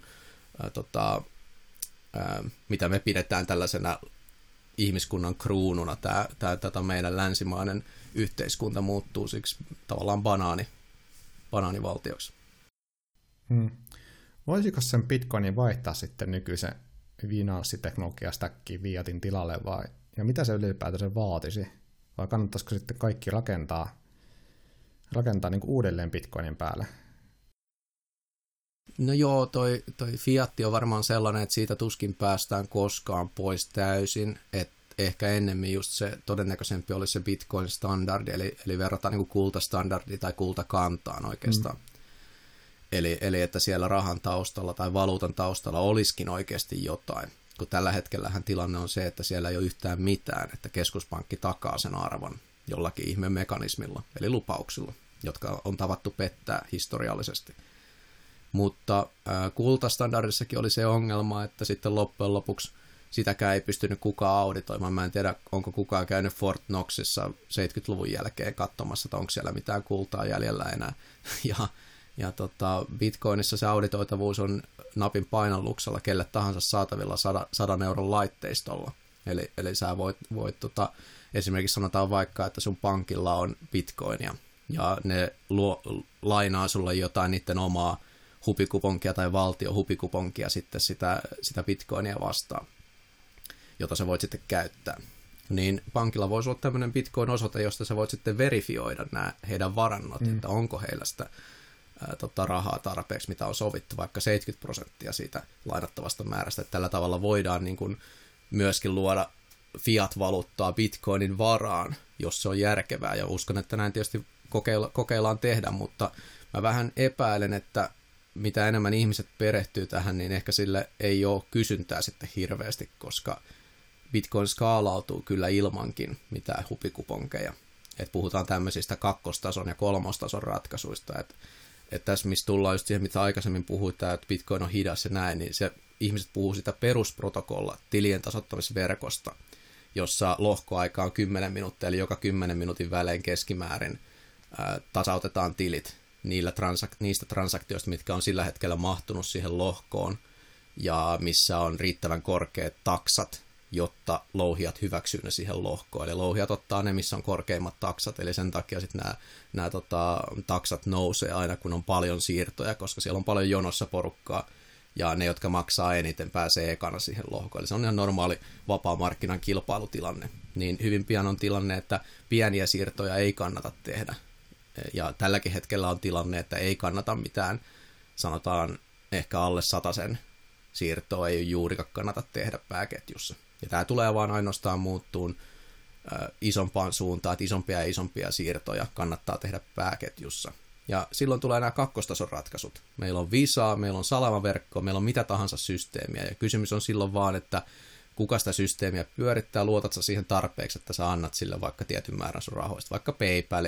mitä me pidetään tällaisena ihmiskunnan kruununa, tämä meidän länsimainen yhteiskunta muuttuu siksi tavallaan banaanivaltioksi. Voisiko sen bitcoinin vaihtaa sitten nykyisen finanssiteknologiastackin fiatin tilalle ja mitä se ylipäätään vaatisi? Vai kannattaisiko sitten kaikki rakentaa niin kuin uudelleen bitcoinin päälle? No joo, toi fiatti on varmaan sellainen, että siitä tuskin päästään koskaan pois täysin, että ehkä ennemmin just se todennäköisempi olisi se bitcoin-standardi, eli verrataan niin kuin kultastandardi tai kultakantaan oikeastaan. Eli että siellä rahan taustalla tai valuutan taustalla olisikin oikeasti jotain, kun tällä hetkellähän tilanne on se, että siellä ei ole yhtään mitään, että keskuspankki takaa sen arvon jollakin ihmeen mekanismilla, eli lupauksilla, jotka on tavattu pettää historiallisesti. Mutta kultastandardissakin oli se ongelma, että sitten loppujen lopuksi sitäkään ei pystynyt kukaan auditoimaan. Mä en tiedä, onko kukaan käynyt Fort Knoxissa 70-luvun jälkeen katsomassa, että onko siellä mitään kultaa jäljellä enää. Ja Bitcoinissa se auditoitavuus on napin painalluksella kelle tahansa saatavilla 100 euron laitteistolla. Eli sä voit esimerkiksi sanotaan vaikka, että sun pankilla on bitcoinia ja ne lainaa sulle jotain niiden omaa hupikuponkia tai valtio hupikuponkia sitten sitä bitcoinia vastaan, jota sä voit sitten käyttää. Niin pankilla voisi olla tämmöinen bitcoin-osoite, josta sä voit sitten verifioida nämä heidän varannot, että onko heillä sitä rahaa tarpeeksi, mitä on sovittu, vaikka 70% siitä lainattavasta määrästä. Että tällä tavalla voidaan niin kuin myöskin luoda fiat-valuuttaa bitcoinin varaan, jos se on järkevää, ja uskon, että näin tietysti kokeillaan tehdä, mutta mä vähän epäilen, että mitä enemmän ihmiset perehtyy tähän, niin ehkä sille ei ole kysyntää sitten hirveästi, koska Bitcoin skaalautuu kyllä ilmankin mitään hupikuponkeja. Et puhutaan tämmöisistä kakkostason ja kolmostason ratkaisuista. Et tässä, missä tullaan just siihen, mitä aikaisemmin puhutaan, että Bitcoin on hidas ja näin, niin ihmiset puhuu sitä perusprotokolla tilien tasoittamisverkosta, jossa lohkoaika on 10 minuuttia, eli joka 10 minuutin välein keskimäärin tasautetaan tilit niistä transaktioista, mitkä on sillä hetkellä mahtunut siihen lohkoon, ja missä on riittävän korkeat taksat, jotta louhijat hyväksyy ne siihen lohkoon. Eli louhijat ottaa ne, missä on korkeimmat taksat, eli sen takia sitten nämä taksat nousee aina, kun on paljon siirtoja, koska siellä on paljon jonossa porukkaa, ja ne, jotka maksaa eniten, pääsee ekana siihen lohkoon. Eli se on ihan normaali vapaamarkkinan kilpailutilanne. Niin hyvin pian on tilanne, että pieniä siirtoja ei kannata tehdä. Ja tälläkin hetkellä on tilanne, että ei kannata mitään, sanotaan ehkä alle 100 siirtoa ei juurikaan kannata tehdä pääketjussa. Ja tämä tulee vaan ainoastaan muuttuun isompaan suuntaan, että isompia ja isompia siirtoja kannattaa tehdä pääketjussa. Ja silloin tulee nämä kakkostason ratkaisut. Meillä on Visaa, meillä on salamaverkkoa, meillä on mitä tahansa systeemiä. Ja kysymys on silloin vaan, että kuka sitä systeemiä pyörittää, luotat sä siihen tarpeeksi, että sä annat sille vaikka tietyn määrän sun rahoista. Vaikka PayPal,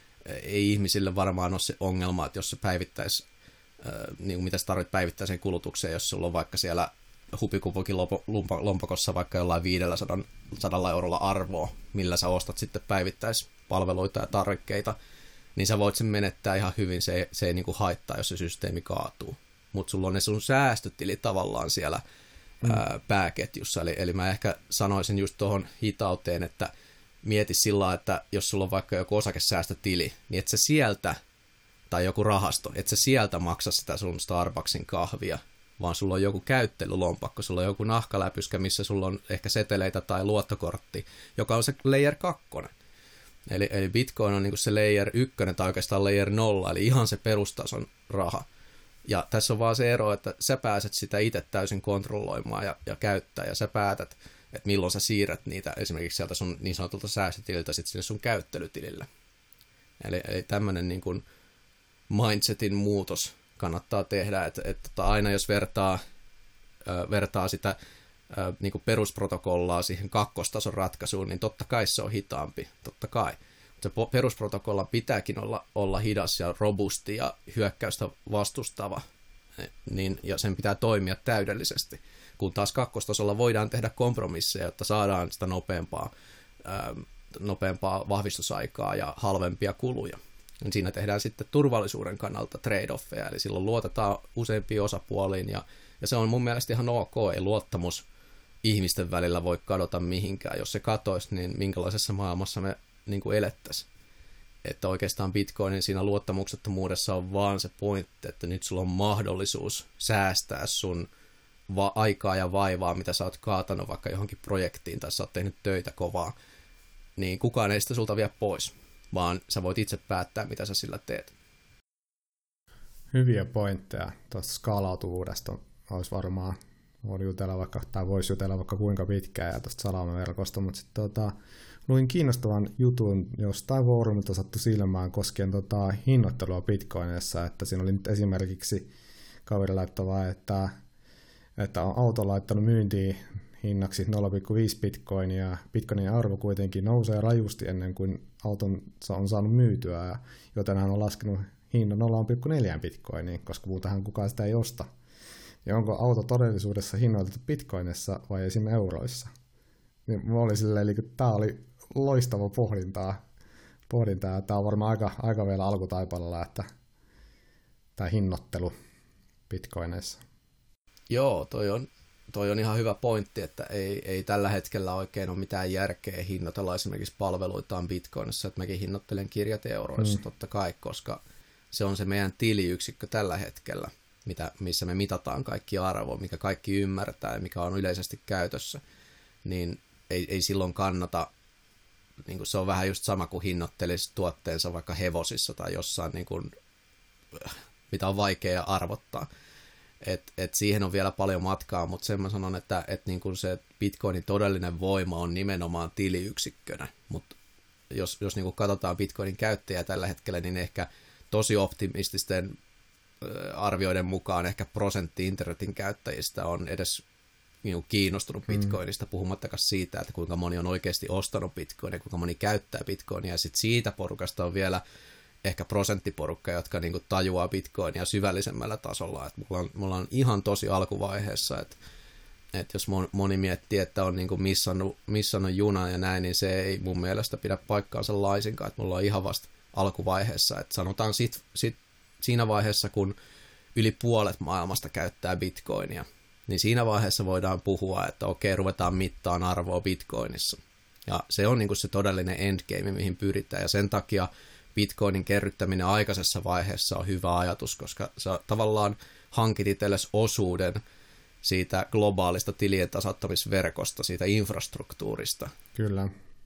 ei ihmisille varmaan ole se ongelma, että jos se päivittäisi, niin kuin mitä sä tarvit päivittäiseen kulutukseen, jos sulla on vaikka siellä hupikupokin lompakossa vaikka jollain 500 eurolla arvoa, millä sä ostat sitten päivittäispalveluita ja tarvikkeita, niin sä voit sen menettää ihan hyvin, se ei niin kuin haittaa, jos se systeemi kaatuu. Mutta sulla on ne sun säästötilit tavallaan siellä pääketjussa, eli mä ehkä sanoisin just tuohon hitauteen, että mieti sillä, että jos sulla on vaikka joku osakesäästötili, niin et sä sieltä, tai joku rahasto, et sä sieltä maksa sitä sun Starbucksin kahvia, vaan sulla on joku käyttelylompakko, sulla on joku nahkaläpyskä, missä sulla on ehkä seteleitä tai luottokortti, joka on se layer 2. Eli Bitcoin on niin kuin se layer 1 tai oikeastaan layer 0, eli ihan se perustason raha. Ja tässä on vaan se ero, että sä pääset sitä itse täysin kontrolloimaan ja käyttää, ja sä päätät, että milloin sä siirrät niitä esimerkiksi sieltä sun niin sanotulta säästötililtä sitten sinne sun käyttelytilille. Eli tämmöinen niin kuin mindsetin muutos kannattaa tehdä, että aina jos vertaa sitä niin kuin perusprotokollaa siihen kakkostason ratkaisuun, niin totta kai se on hitaampi, totta kai. Se perusprotokolla pitääkin olla hidas ja robusti ja hyökkäystä vastustava, ja sen pitää toimia täydellisesti. Kun taas kakkostasolla voidaan tehdä kompromisseja, jotta saadaan sitä nopeampaa vahvistusaikaa ja halvempia kuluja. Siinä tehdään sitten turvallisuuden kannalta trade-offeja, eli silloin luotetaan useampiin osapuoliin, ja se on mun mielestä ihan ok, ei luottamus ihmisten välillä voi kadota mihinkään. Jos se katoisi, niin minkälaisessa maailmassa me niin kuin elettäisiin. Että oikeastaan Bitcoinin siinä luottamuksettomuudessa on vaan se pointti, että nyt sulla on mahdollisuus säästää sun aikaa ja vaivaa, mitä sä oot kaatanut vaikka johonkin projektiin, tai sä oot tehnyt töitä kovaa, niin kukaan ei sitä sulta vie pois, vaan sä voit itse päättää, mitä sä sillä teet. Hyviä pointteja tuosta skaalautuvuudesta olisi varmaan, voisi jutella vaikka kuinka pitkään ja tuosta salamaverkosta, mutta sitten luin kiinnostavan jutun jostain foorumilta sattui silmään koskien hinnoittelua Bitcoinissa, että siinä oli nyt esimerkiksi kaveri laittava, että on auto laittanut myyntiin hinnaksi 0,5 bitcoinia, bitcoinin arvo kuitenkin nousee rajusti ennen kuin auton on saanut myytyä, joten hän on laskenut hinnan 0,4 bitcoiniin, koska muutenhan kukaan sitä ei osta. Ja onko auto todellisuudessa hinnoiteltu bitcoinissa vai esim. Euroissa? Niin mulla oli silleen, eli tämä oli loistava pohdintaa. Tämä on varmaan aika vielä alkutaipaleella, että tämä hinnoittelu bitcoineissa. Joo, toi on ihan hyvä pointti, että ei tällä hetkellä oikein ole mitään järkeä hinnoitella esimerkiksi palveluitaan Bitcoinissa, että mäkin hinnoittelen kirjat euroissa totta kai, koska se on se meidän tiliyksikkö tällä hetkellä. missä me mitataan kaikki arvo, mikä kaikki ymmärtää ja mikä on yleisesti käytössä, niin ei silloin kannata, niin kuin se on vähän just sama kuin hinnoittelisi tuotteensa vaikka hevosissa tai jossain, niin kuin, mitä on vaikea arvottaa. Et siihen on vielä paljon matkaa, mutta sen mä sanon, että niin kuin se Bitcoinin todellinen voima on nimenomaan tiliyksikkönä, mutta jos niin kuin katsotaan Bitcoinin käyttäjää tällä hetkellä, niin ehkä tosi optimististen arvioiden mukaan ehkä prosentti internetin käyttäjistä on edes niin kuin kiinnostunut Bitcoinista, puhumattakaan siitä, että kuinka moni on oikeasti ostanut Bitcoinia, kuinka moni käyttää Bitcoinia, ja sitten siitä porukasta on vielä ehkä prosenttiporukka, jotka niin kuin tajuaa Bitcoinia syvällisemmällä tasolla. Et me ollaan ihan tosi alkuvaiheessa, että jos moni miettii, että on niin kuin missannut juna ja näin, niin se ei mun mielestä pidä paikkaansa laisinkaan, että me ollaan ihan vasta alkuvaiheessa. Et sanotaan sit siinä vaiheessa, kun yli puolet maailmasta käyttää Bitcoinia, niin siinä vaiheessa voidaan puhua, että okei, ruvetaan mittaan arvoa Bitcoinissa. Ja se on niin kuin se todellinen endgame, mihin pyritään, ja sen takia Bitcoinin kerryttäminen aikaisessa vaiheessa on hyvä ajatus, koska sä tavallaan hankit itsellesi osuuden siitä globaalista tilien tasoittamisverkosta, siitä infrastruktuurista. Kyllä.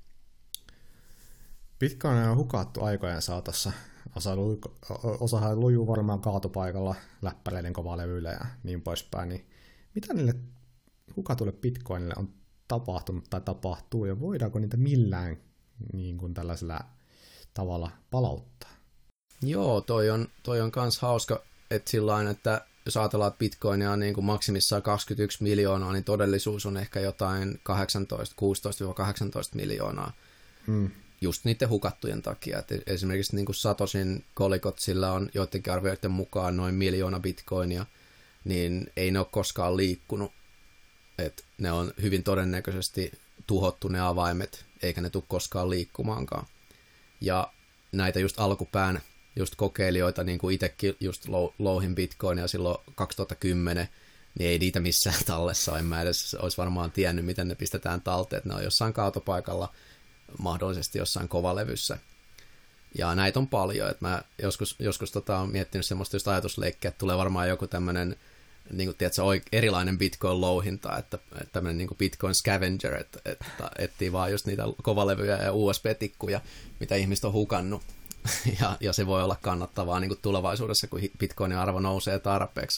Bitcoin on hukattu aikojen saatossa. Osahan lujuu varmaan kaatopaikalla läppäreiden kovalevyillä ja niin poispäin. Niin mitä niille hukatulle Bitcoinille on tapahtunut tai tapahtuu, ja voidaanko niitä millään niin kuin tällaisella tavalla palauttaa? Joo, toi on kans hauska, että sillain, että jos ajatellaan, että Bitcoinia on niin kuin maksimissaan 21 miljoonaa, niin todellisuus on ehkä jotain 16-18 miljoonaa. Just niiden hukattujen takia. Et esimerkiksi niin kuin Satoshin kolikot, sillä on joidenkin arvioiden mukaan noin 1 miljoona Bitcoinia, niin ei ne ole koskaan liikkunut. Et ne on hyvin todennäköisesti tuhottu ne avaimet, eikä ne tule koskaan liikkumaankaan. Ja näitä just alkupään just kokeilijoita, niin kuin itsekin just louhin Bitcoinia silloin 2010, niin ei niitä missään tallessa. En mä edes olisi varmaan tiennyt, miten ne pistetään talteen. Ne on jossain kaatopaikalla, mahdollisesti jossain kovalevyssä. Ja näitä on paljon. Et mä joskus olen miettinyt semmoista just ajatusleikkiä, että tulee varmaan joku tämmöinen niin kuin, tiedätkö, erilainen Bitcoin-louhinta, että tämmöinen niin kuin Bitcoin scavenger, että etsii vaan just niitä kovalevyjä ja USB-tikkuja, mitä ihmiset on hukannut. Ja se voi olla kannattavaa niin kuin tulevaisuudessa, kun Bitcoinin arvo nousee tarpeeksi.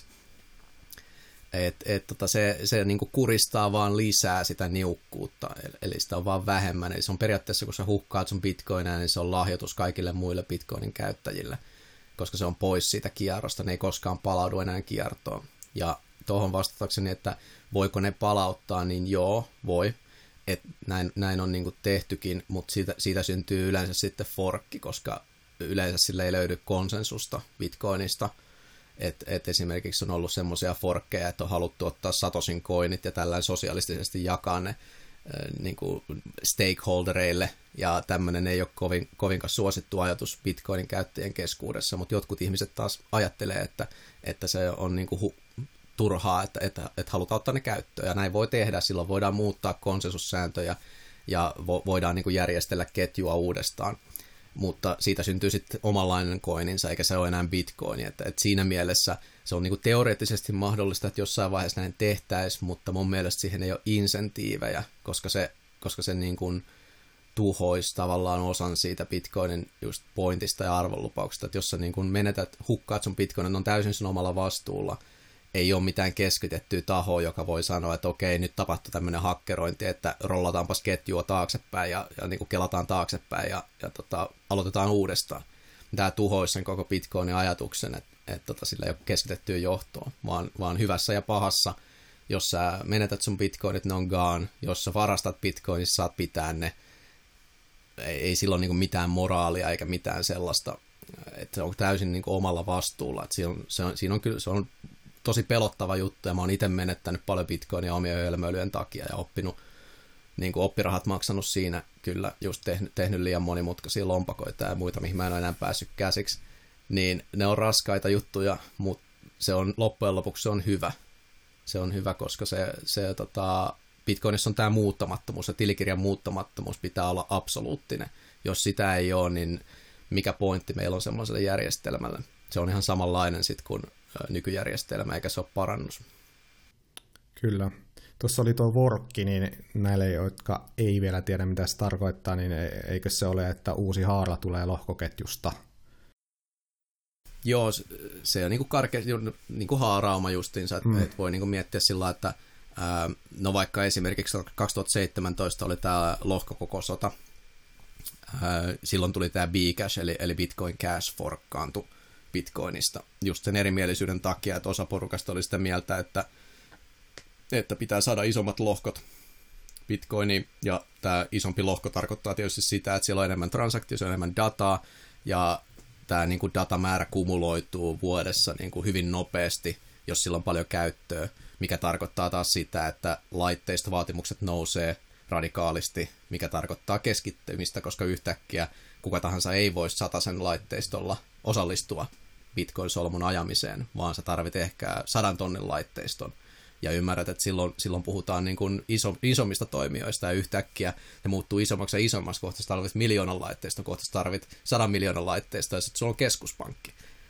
Se niin kuin kuristaa vaan lisää sitä niukkuutta, eli sitä on vaan vähemmän. Eli se on periaatteessa, kun sä hukkaat sun Bitcoinia, niin se on lahjoitus kaikille muille Bitcoinin käyttäjille, koska se on pois siitä kierrosta, ne ei koskaan palaudu enää kiertoon. Ja tuohon vastatakseni, että voiko ne palauttaa, niin joo, voi. Näin on niin kuin tehtykin, mutta siitä syntyy yleensä sitten forkki, koska yleensä sillä ei löydy konsensusta Bitcoinista. Et esimerkiksi on ollut semmoisia forkkeja, että on haluttu ottaa Satoshin coinit ja tällainen sosiaalisesti jakaa ne niin kuin stakeholdereille, ja tämmöinen ei ole kovinkaan suosittu ajatus Bitcoinin käyttäjien keskuudessa, mutta jotkut ihmiset taas ajattelee, että se on niin kuin turhaa, että halutaan ottaa ne käyttöön, ja näin voi tehdä, silloin voidaan muuttaa konsensussääntöjä, ja voidaan niin kuin järjestellä ketjua uudestaan, mutta siitä syntyy sitten omanlainen coininsa, eikä se ole enää Bitcoin, että siinä mielessä se on niin kuin teoreettisesti mahdollista, että jossain vaiheessa näin tehtäisiin, mutta mun mielestä siihen ei ole insentiivejä, koska se niin kuin tuhoisi tavallaan osan siitä Bitcoinin just pointista ja arvonlupauksesta, että jos sä niin kuin hukkaat sun Bitcoinin, ne on täysin sun omalla vastuulla, ei ole mitään keskitettyä tahoa, joka voi sanoa, että okei, nyt tapahtui tämmöinen hakkerointi, että rollataanpas ketjua taaksepäin ja niin kuin kelataan taaksepäin ja aloitetaan uudestaan. Tämä tuhoisi sen koko Bitcoinin ajatuksen, että sillä ei ole keskitettyä johtoa, vaan hyvässä ja pahassa, jos sä menetät sun Bitcoinit, ne on gone, jos sä varastat Bitcoinissa, saat pitää ne, ei silloin niin kuin mitään moraalia eikä mitään sellaista, että se on täysin niin kuin omalla vastuulla, että se on tosi pelottava juttu, ja mä oon itse menettänyt paljon Bitcoinia omien hölmöilyjen takia, ja niin kuin oppirahat maksanut siinä, kyllä just tehnyt liian monimutkaisia lompakoita ja muita, mihin mä en ole enää päässyt käsiksi, niin ne on raskaita juttuja, mutta se on loppujen lopuksi se on hyvä. Se on hyvä, koska Bitcoinissa on tämä muuttamattomuus, ja tilikirjan muuttamattomuus pitää olla absoluuttinen. Jos sitä ei ole, niin mikä pointti meillä on semmoiselle järjestelmälle? Se on ihan samanlainen sitten kuin nykyjärjestelmä, eikä se ole parannus. Kyllä. Tuossa oli tuo workki, niin näille, jotka ei vielä tiedä, mitä se tarkoittaa, niin eikö se ole, että uusi haara tulee lohkoketjusta? Joo, se on niin kuin haarauma justiinsa, että voi niin kuin miettiä sillä, että no vaikka esimerkiksi 2017 oli tämä lohkokokosota, silloin tuli tämä Bcash, eli Bitcoin Cash forkkaantui Bitcoinista just sen erimielisyyden takia, että osa porukasta oli sitä mieltä, että pitää saada isommat lohkot Bitcoiniin, ja tämä isompi lohko tarkoittaa tietysti sitä, että siellä on enemmän transaktioita, on enemmän dataa, ja tämä niin kuin datamäärä kumuloituu vuodessa niin kuin hyvin nopeasti, jos sillä on paljon käyttöä, mikä tarkoittaa taas sitä, että laitteistovaatimukset nousee radikaalisti, mikä tarkoittaa keskittymistä, koska yhtäkkiä kuka tahansa ei voi 100 laitteistolla osallistua Bitcoin-solmun ajamiseen, vaan sä tarvit ehkä 100 tonnin laitteiston. Ja ymmärrät, että silloin puhutaan niin kuin isommista toimijoista, ja yhtäkkiä ne muuttuu isommaksi ja isommaksi, kohta sä tarvit 1 000 000 laitteista, kohta sä tarvit 100 miljoonan laitteista, ja sitten sulla on keskuspankki.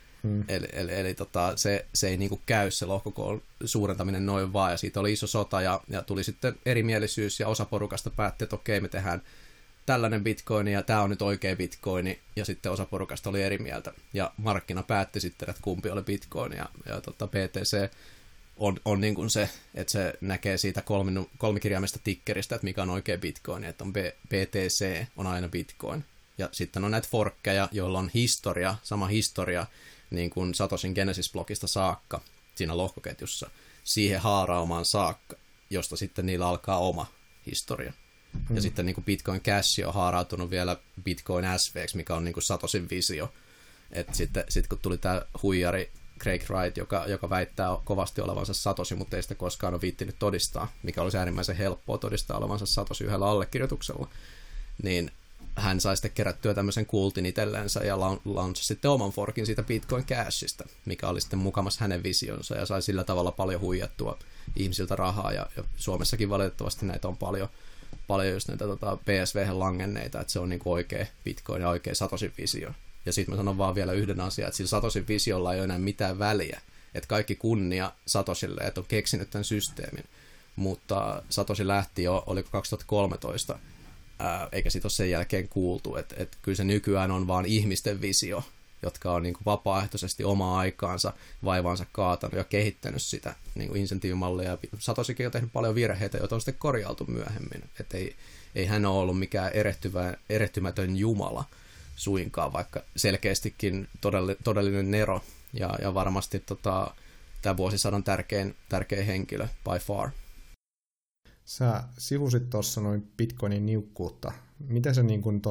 Eli se ei niin kuin käy se lohkokoon suurentaminen noin vaan, ja siitä oli iso sota, ja tuli sitten erimielisyys, ja osa porukasta päätti, että okei, me tehdään tällainen bitcoin, ja tämä on nyt oikea bitcoini, ja sitten osa porukasta oli eri mieltä, ja markkina päätti sitten, että kumpi oli bitcoin, ja BTC on niin kuin se, että se näkee siitä kolmikirjaimesta tikkeristä, että mikä on oikea bitcoin, että on BTC on aina bitcoin. Ja sitten on näitä forkkeja, joilla on sama historia, niin kuin Satoshin Genesis-blogista saakka siinä lohkoketjussa, siihen haaraumaan saakka, josta sitten niillä alkaa oma historia. Ja sitten niin kuin Bitcoin Cash on haarautunut vielä Bitcoin SV:ksi, mikä on niin kuin Satoshin visio. Että sitten kun tuli tämä huijari Craig Wright, joka väittää kovasti olevansa Satoshi, mutta ei sitä koskaan ole viittinyt todistaa, mikä olisi äärimmäisen helppoa todistaa olevansa Satoshi yhdellä allekirjoituksella, niin hän sai sitten kerättyä tämmöisen kultin itsellensä ja launchasi sitten oman forkin siitä Bitcoin Cashista, mikä oli sitten mukamas hänen visionsa, ja sai sillä tavalla paljon huijattua ihmisiltä rahaa, ja Suomessakin valitettavasti näitä on paljon just näitä PSV-langenneita, että se on niin kuin oikea Bitcoin ja oikea Satoshin visio. Ja sitten mä sanon vaan vielä yhden asian, että sillä Satoshin visiolla ei ole enää mitään väliä, että kaikki kunnia Satoshille, että on keksinyt tämän systeemin, mutta Satoshi lähti jo, oliko 2013, eikä siitä ole sen jälkeen kuultu, että kyllä se nykyään on vaan ihmisten visio, jotka on niin kuin vapaaehtoisesti omaa aikaansa, vaivaansa kaatanut ja kehittänyt sitä niin kuin insentiivimallia. Satoshikin on tehnyt paljon virheitä, joita on sitten korjailtu myöhemmin, että ei hän ole ollut mikään erehtymätön jumala suinkaan, vaikka selkeästikin todellinen nero ja varmasti tämä vuosisadan tärkein henkilö by far. Sä sivusit tuossa noin Bitcoinin niukkuutta. Miten se niin kun,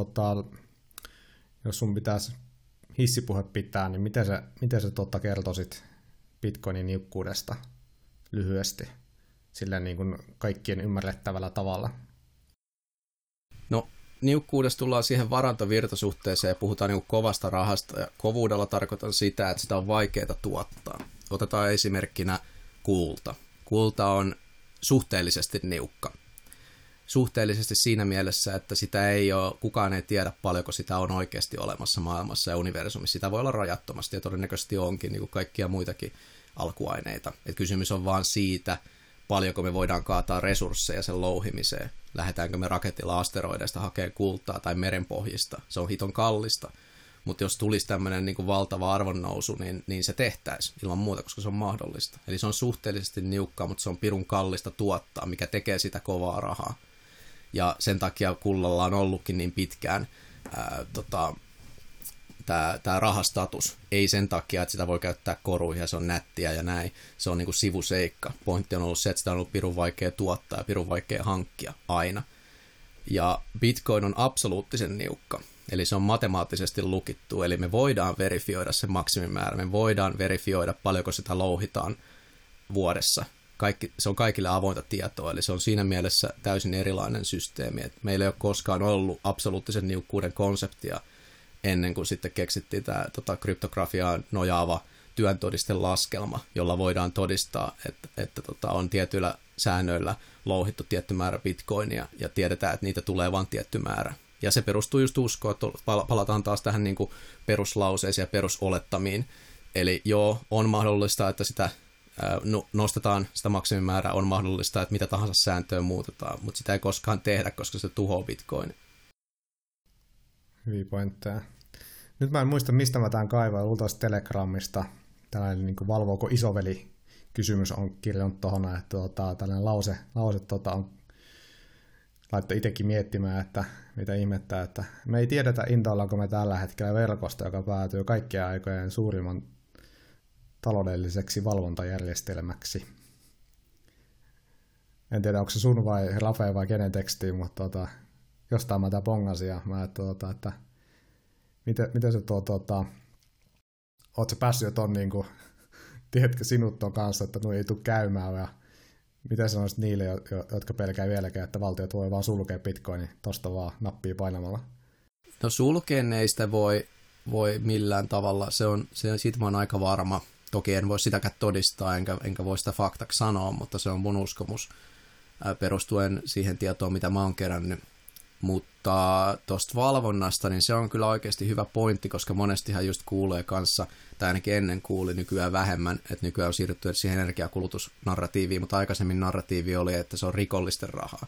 jos sun pitäisi hissipuhe pitää, niin miten sä kertoisit Bitcoinin niukkuudesta lyhyesti sillä niin kun kaikkien ymmärrettävällä tavalla? No, niukkuudesta tullaan siihen varantovirtasuhteeseen ja puhutaan niin kuin kovasta rahasta, ja kovuudella tarkoitan sitä, että sitä on vaikeaa tuottaa. Otetaan esimerkkinä kulta. Kulta on suhteellisesti niukka. Suhteellisesti siinä mielessä, että sitä kukaan ei tiedä paljonko sitä on oikeasti olemassa maailmassa ja universumissa. Sitä voi olla rajattomasti ja todennäköisesti onkin niin kuin kaikkia muitakin alkuaineita. Et kysymys on vaan siitä, paljonko me voidaan kaataa resursseja sen louhimiseen. Lähdetäänkö me raketilla asteroideista hakemaan kultaa tai merenpohjista. Se on hiton kallista. Mutta jos tulisi tämmöinen niin kuin valtava arvonnousu, niin se tehtäisiin ilman muuta, koska se on mahdollista. Eli se on suhteellisesti niukkaa, mutta se on pirun kallista tuottaa, mikä tekee sitä kovaa rahaa. Ja sen takia kullalla on ollutkin niin pitkään tämä rahastatus. Ei sen takia, että sitä voi käyttää koruihin ja se on nättiä ja näin. Se on niin kuin sivuseikka. Pointti on ollut se, että sitä on ollut pirun vaikea tuottaa ja pirun vaikea hankkia aina. Ja Bitcoin on absoluuttisen niukka. Eli se on matemaattisesti lukittu, eli me voidaan verifioida se maksimimäärä, me voidaan verifioida paljonko sitä louhitaan vuodessa. Se on kaikille avointa tietoa, eli se on siinä mielessä täysin erilainen systeemi. Et meillä ei ole koskaan ollut absoluuttisen niukkuuden konseptia ennen kuin sitten keksittiin tämä kryptografiaan nojaava työntodistelaskelma, jolla voidaan todistaa, että on tietyillä säännöillä louhittu tietty määrä bitcoinia ja tiedetään, että niitä tulee vain tietty määrä. Ja se perustuu just uskoon, että palataan taas tähän niin kuin peruslauseisiin ja perusolettamiin, Eli joo, on mahdollista, että sitä nostetaan sitä maksimimäärää, on mahdollista, että mitä tahansa sääntöä muutetaan, mutta sitä ei koskaan tehdä, koska se tuhoaa Bitcoin. Hyviä pointteja. Nyt mä en muista, mistä mä tämän kaivoin, luultavasti Telegramista. Tällainen niin kuin valvooko isoveli kysymys on kirjannut tuohon, että tällainen lause on laittoi itsekin miettimään, että mitä ihmettä, että me ei tiedetä intoillaanko me tällä hetkellä verkosta, joka päätyy kaikkien aikojen suurimman taloudelliseksi valvontajärjestelmäksi. En tiedä, onko se sun vai Rafe vai kenen teksti, mutta jostain mä tää pongasin ja mä että miten se oot sä päässyt jo ton niinku, tiedätkö sinut ton kanssa, että nuo ei tule käymään ja mitä sanoisit niille, jotka pelkää vieläkään, että valtiot voi vaan sulkea Bitcoinin tosta vaan nappia painamalla? No sulkeen ei sitä voi millään tavalla, siitä mä oon aika varma. Toki en voi sitäkään todistaa, enkä voi sitä faktaksi sanoa, mutta se on mun uskomus perustuen siihen tietoon, mitä mä oon kerännyt. Mutta tuosta valvonnasta, niin se on kyllä oikeasti hyvä pointti, koska monestihan just kuulee kanssa, tai ainakin ennen kuuli nykyään vähemmän, että nykyään on siirrytty siihen energiakulutusnarratiiviin, mutta aikaisemmin narratiivi oli, että se on rikollisten rahaa.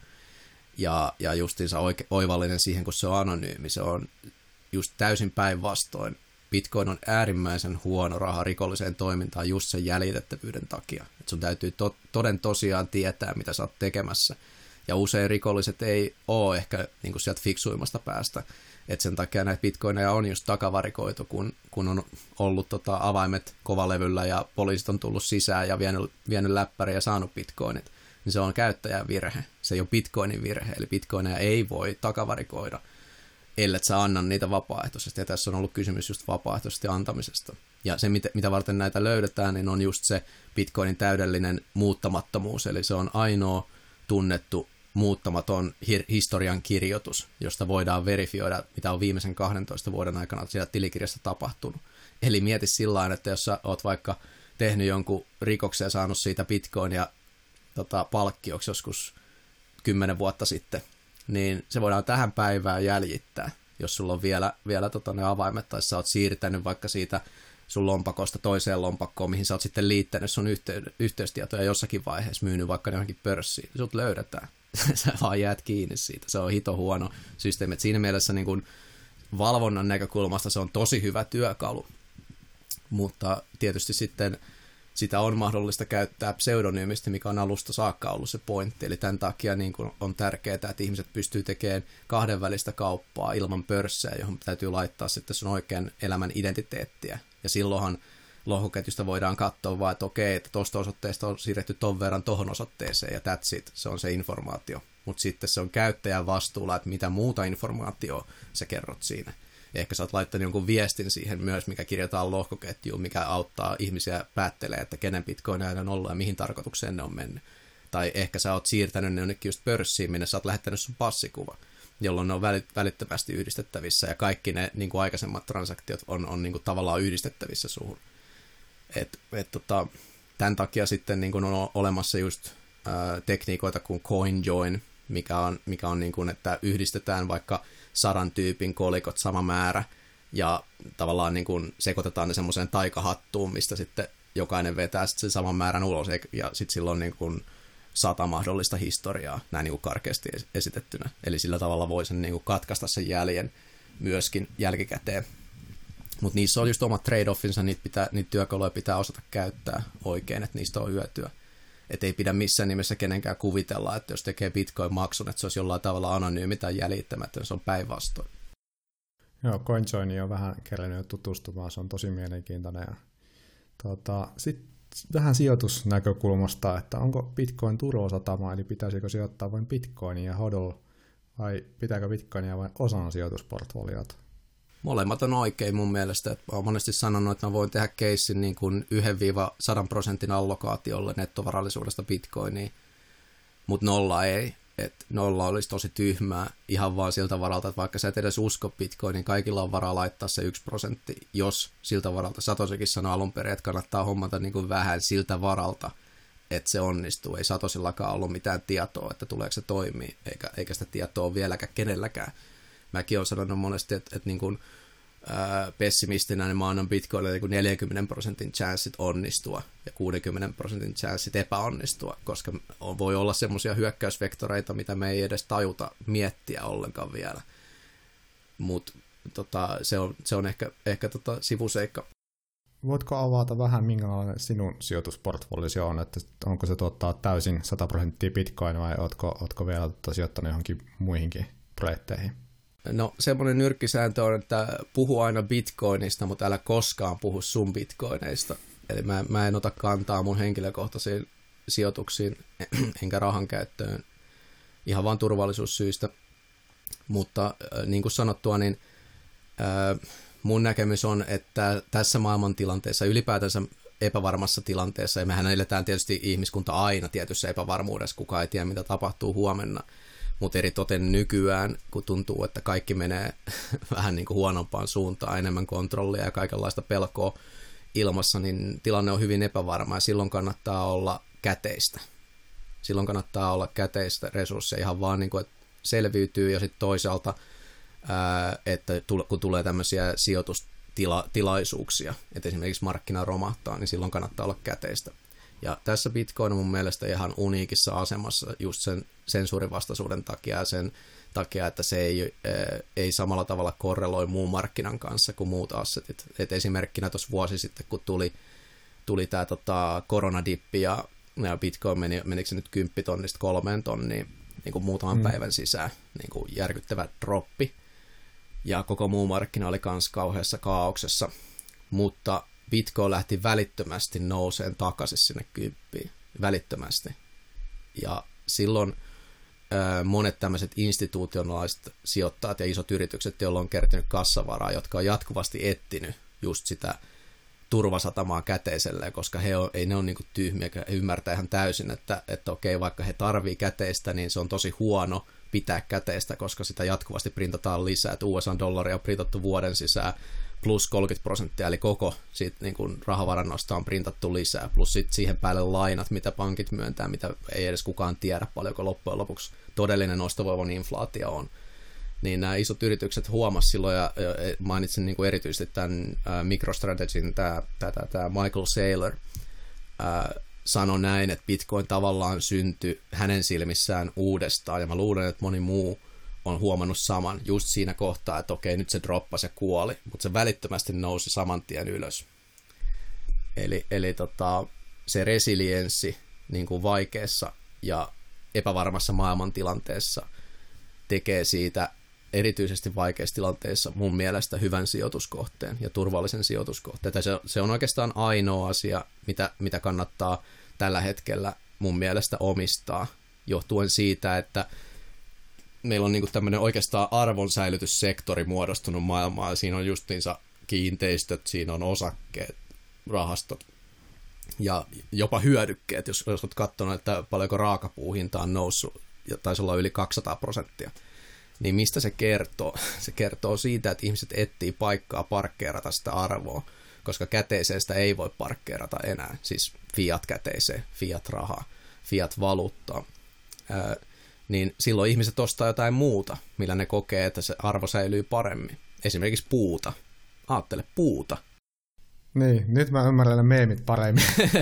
Ja justiinsa oivallinen siihen, kun se on anonyymi, se on just täysin päinvastoin. Bitcoin on äärimmäisen huono raha rikolliseen toimintaan just sen jäljitettävyyden takia. Et sun täytyy toden tosiaan tietää, mitä sä oot tekemässä. Ja usein rikolliset ei ole ehkä niin kuin sieltä fiksuimmasta päästä. Et sen takia näitä bitcoineja on just takavarikoitu, kun on ollut avaimet kovalevyllä ja poliisit on tullut sisään ja vienyt läppäriä ja saanut bitcoinit. Niin se on käyttäjän virhe. Se ei ole bitcoinin virhe, eli bitcoineja ei voi takavarikoida, ellei sä anna niitä vapaaehtoisesti. Ja tässä on ollut kysymys just vapaaehtoisesti antamisesta. Ja se, mitä varten näitä löydetään, niin on just se bitcoinin täydellinen muuttamattomuus. Eli se on ainoa tunnettu muuttamaton historian kirjoitus, josta voidaan verifioida, mitä on viimeisen 12 vuoden aikana siellä tilikirjassa tapahtunut. Eli mieti sillain, että jos sä oot vaikka tehnyt jonkun rikoksen ja saanut siitä bitcoinia palkkioksi joskus 10 vuotta sitten, niin se voidaan tähän päivään jäljittää, jos sulla on vielä ne avaimet, tai sä oot siirtänyt vaikka siitä sun lompakosta toiseen lompakkoon, mihin sä oot sitten liittänyt sun yhteystietoja jossakin vaiheessa, myynyt vaikka johonkin pörssiin, sut löydetään. Sä vaan jäät kiinni siitä. Se on hito huono systeemi. Et siinä mielessä niin kun valvonnan näkökulmasta se on tosi hyvä työkalu, mutta tietysti sitten sitä on mahdollista käyttää pseudonyymisti, mikä on alusta saakka ollut se pointti. Eli tämän takia niin kun on tärkeää, että ihmiset pystyy tekemään kahdenvälistä kauppaa ilman pörssejä, johon täytyy laittaa sitten sun oikean elämän identiteettiä. Ja silloinhan lohkoketjusta voidaan katsoa vaan, että okei, että tuosta osoitteesta on siirretty ton verran tohon osoitteeseen ja that's it, se on se informaatio. Mutta sitten se on käyttäjän vastuulla, että mitä muuta informaatiota sä kerrot siinä. Ja ehkä sä oot laittanut jonkun viestin siihen myös, mikä kirjataan lohkoketjuun, mikä auttaa ihmisiä päättelemään, että kenen bitcoineja on ollut ja mihin tarkoitukseen ne on mennyt. Tai ehkä sä oot siirtänyt ne jonnekin just pörssiin, minne sä oot lähettänyt sun passikuva, jolloin ne on välittömästi yhdistettävissä ja kaikki ne niin kuin aikaisemmat transaktiot on niin kuin tavallaan yhdistettävissä suhun. Tämän takia sitten niin kuin on olemassa just tekniikoita kuin CoinJoin, mikä on niin kuin, että yhdistetään vaikka 100 tyypin kolikot sama määrä ja tavallaan niin kuin sekoitetaan ne semmoiseen taikahattuun, mistä sitten jokainen vetää sitten sen saman määrän ulos ja sitten silloin niin kuin 100 mahdollista historiaa, näin niin kuin karkeasti esitettynä. Eli sillä tavalla voi sen niin kuin katkaista sen jäljen myöskin jälkikäteen. Mutta niissä on just omat trade-offinsa, niitä työkaluja pitää osata käyttää oikein, että niistä on hyötyä. Että ei pidä missään nimessä kenenkään kuvitella, että jos tekee bitcoin-maksun, että se olisi jollain tavalla anonyymi tai jäljittämätön, se on päinvastoin. Joo, CoinJoiniin on vähän kerännyt tutustumaan, se on tosi mielenkiintoinen. Sitten vähän sijoitusnäkökulmasta, että onko bitcoin turvasatama, eli pitäisikö sijoittaa vain bitcoinia ja hodl, vai pitääkö bitcoinia vain osana sijoitusportfoliota? Molemmat on oikein mun mielestä. Olen monesti sanonut, että mä voin tehdä keissin niin kuin 1-100% allokaatiolle nettovarallisuudesta bitcoiniin, mutta 0 ei. Että 0 olisi tosi tyhmää ihan vaan siltä varalta, että vaikka sä et edes usko bitcoiniin, kaikilla on varaa laittaa se 1%, jos siltä varalta. Satosikin sanoi alun perin, että kannattaa hommata niin kuin vähän siltä varalta, että se onnistuu. Ei Satosillakaan ollut mitään tietoa, että tuleeko se toimii, eikä sitä tietoa ole vieläkään kenelläkään. Mäkin olen sanonut monesti, että niin kuin, pessimistinä, niin mä annan Bitcoinille 40% chanssit onnistua ja 60% chanssit epäonnistua, koska voi olla semmoisia hyökkäysvektoreita, mitä me ei edes tajuta miettiä ollenkaan vielä. Mutta se on ehkä sivuseikka. Voitko avata vähän, minkälainen sinun sijoitusportfoliosi on, että onko se tuottaa täysin 100% Bitcoin vai ootko vielä sijoittanut johonkin muihinkin projekteihin? No semmoinen nyrkkisääntö on, että puhu aina Bitcoinista, mutta älä koskaan puhu sun Bitcoineista. Eli mä en ota kantaa mun henkilökohtaisiin sijoituksiin enkä rahan käyttöön ihan vaan turvallisuussyistä. Mutta niin kuin sanottua, niin mun näkemys on, että tässä maailmantilanteessa, ylipäätänsä epävarmassa tilanteessa, ja mehän eletään tietysti ihmiskunta aina tietyssä epävarmuudessa, kukaan ei tiedä, mitä tapahtuu huomenna, mutta eritoten nykyään, kun tuntuu, että kaikki menee vähän niin kuin huonompaan suuntaan, enemmän kontrollia ja kaikenlaista pelkoa ilmassa, niin tilanne on hyvin epävarma, ja silloin kannattaa olla käteistä. Silloin kannattaa olla käteistä resursseja ihan vaan niin kuin, että selviytyy, ja sitten toisaalta että kun tulee tämmöisiä sijoitustilaisuuksia, että esimerkiksi markkina romahtaa, niin silloin kannattaa olla käteistä. Ja tässä Bitcoin on mun mielestä ihan uniikissa asemassa just sen sensuurivastaisuuden takia ja sen takia, että se ei samalla tavalla korreloi muun markkinan kanssa kuin muut assetit. Et esimerkkinä tuossa vuosi sitten, kun tuli tämä koronadippi ja Bitcoin menikö se nyt 10 tonnista 3 tonniin niin kuin muutaman päivän sisään, niin kuin järkyttävä droppi. Ja koko muu markkina oli myös kauheassa kaauksessa, mutta Bitcoin lähti välittömästi nouseen takaisin sinne 10, välittömästi. Ja silloin monet tämmöiset institutionaaliset sijoittajat ja isot yritykset, joilla on kertynyt kassavaraa, jotka on jatkuvasti etsinyt just sitä turvasatamaa käteiselleen, koska ei ne ole niin kuin tyhmiä, he ymmärtää ihan täysin, että okei, vaikka he tarvii käteistä, niin se on tosi huono pitää käteistä, koska sitä jatkuvasti printataan lisää, että USA-dollaria on printattu vuoden sisään plus 30%, eli koko siitä niin kuin rahavarannosta on printattu lisää, plus sit siihen päälle lainat, mitä pankit myöntää, mitä ei edes kukaan tiedä paljonko loppujen lopuksi todellinen ostovoiman inflaatio on. Niin nämä isot yritykset huomasivat silloin, ja mainitsin niin kuin erityisesti tämän MicroStrategyn, tämä Michael Saylor sanoi näin, että Bitcoin tavallaan syntyi hänen silmissään uudestaan, ja mä luulen, että moni muu on huomannut saman just siinä kohtaa, että okei, nyt se droppasi ja kuoli, mutta se välittömästi nousi saman tien ylös. Eli se resilienssi niin kuin vaikeassa ja epävarmassa maailmantilanteessa tekee siitä erityisesti vaikeissa tilanteissa mun mielestä hyvän sijoituskohteen ja turvallisen sijoituskohteen. Se on oikeastaan ainoa asia, mitä kannattaa tällä hetkellä mun mielestä omistaa, johtuen siitä, että meillä on niinku tämmöinen oikeastaan arvonsäilytyssektori muodostunut maailmaa. Siinä on justiinsa kiinteistöt, siinä on osakkeet, rahastot ja jopa hyödykkeet. Jos olet katsonut, että paljonko raakapuuhinta on noussut, taisi olla yli 200%. Niin mistä se kertoo? Se kertoo siitä, että ihmiset etsii paikkaa parkkeerata sitä arvoa, koska käteiseen sitä ei voi parkkeerata enää. Siis fiat-käteiseen, fiat-rahaa, fiat-valuuttaa. Niin silloin ihmiset ostaa jotain muuta, millä ne kokee, että se arvo säilyy paremmin. Esimerkiksi puuta. Aattele, puuta. Niin, nyt mä ymmärrän ne meemit paremmin.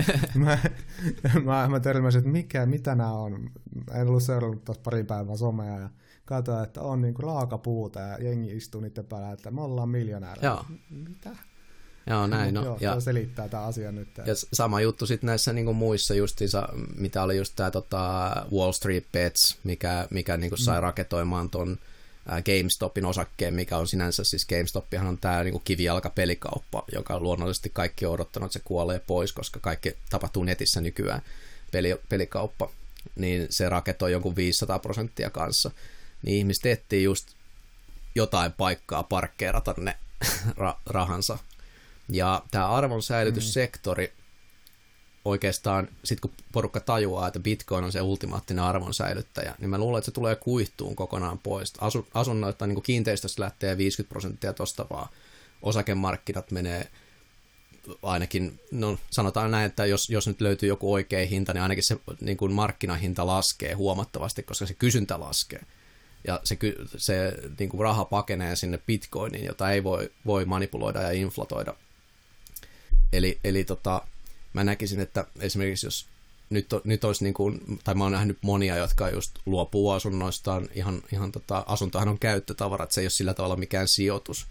mä törmäsin, että mitä nämä on. En ollut seurannut taas pari päivää somea ja katsoin, että on niinku raakapuuta ja jengi istuu niiden päällä, että me ollaan miljonääriä. Joo. Mitä? Joo, näin. No, joo, ja selittää tämä asia nyt. Ja sama juttu sitten näissä niinku muissa justiinsa, mitä oli just tämä Wall Street Bets, mikä niinku sai raketoimaan ton GameStopin osakkeen, mikä on sinänsä, siis GameStopihan on tämä niinku kivijalkapelikauppa, joka luonnollisesti kaikki on odottanut, että se kuolee pois, koska kaikki tapahtuu netissä nykyään, pelikauppa, niin se raketoi jonkun 500% kanssa. Niin ihmiset etsii just jotain paikkaa parkkeerata ne rahansa. Ja tämä arvonsäilytyssektori oikeastaan, sit kun porukka tajuaa, että Bitcoin on se ultimaattinen arvonsäilyttäjä, niin mä luulen, että se tulee kuihtuun kokonaan pois. Asunnoista niin kiinteistöstä lähtee 50% tosta vaan. Osakemarkkinat menee ainakin, no sanotaan näin, että jos nyt löytyy joku oikea hinta, niin ainakin se niin kuin markkinahinta laskee huomattavasti, koska se kysyntä laskee. ja se niin kuin raha pakenee sinne bitcoiniin, jota ei voi manipuloida ja inflatoida. Eli mä näkisin, että esimerkiksi jos nyt olisi niin kuin, tai mä oon nähnyt monia, jotka just luopuu asunnoistaan, ihan asuntohan on käyttötavara, että se ei ole sillä tavalla mikään sijoitus,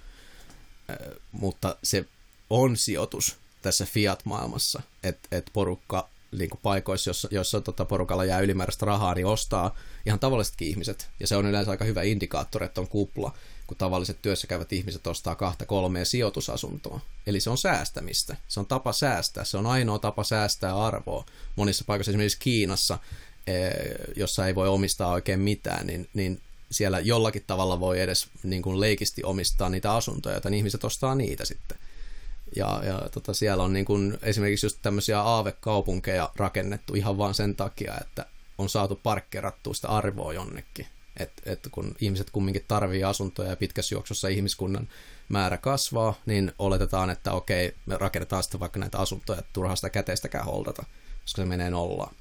mutta se on sijoitus tässä fiat-maailmassa, että porukka niin kuin paikoissa, jossa porukalla jää ylimääräistä rahaa, niin ostaa ihan tavallisetkin ihmiset, ja se on yleensä aika hyvä indikaattori, että on kupla, kun tavalliset työssäkäyvät ihmiset ostaa 2-3 sijoitusasuntoa. Eli se on säästämistä, se on tapa säästää, se on ainoa tapa säästää arvoa. Monissa paikoissa, esimerkiksi Kiinassa, jossa ei voi omistaa oikein mitään, niin siellä jollakin tavalla voi edes niin kuin leikisti omistaa niitä asuntoja, joten ihmiset ostaa niitä sitten. Ja siellä on niin kuin esimerkiksi just tämmöisiä aavekaupunkeja rakennettu ihan vaan sen takia, että on saatu parkkeerattua sitä arvoa jonnekin. Että kun ihmiset kumminkin tarvii asuntoja ja pitkässä juoksussa ihmiskunnan määrä kasvaa, niin oletetaan, että okei, me rakennetaan sitten vaikka näitä asuntoja, että turhaa sitä käteistäkään holdata, koska se menee nollaan.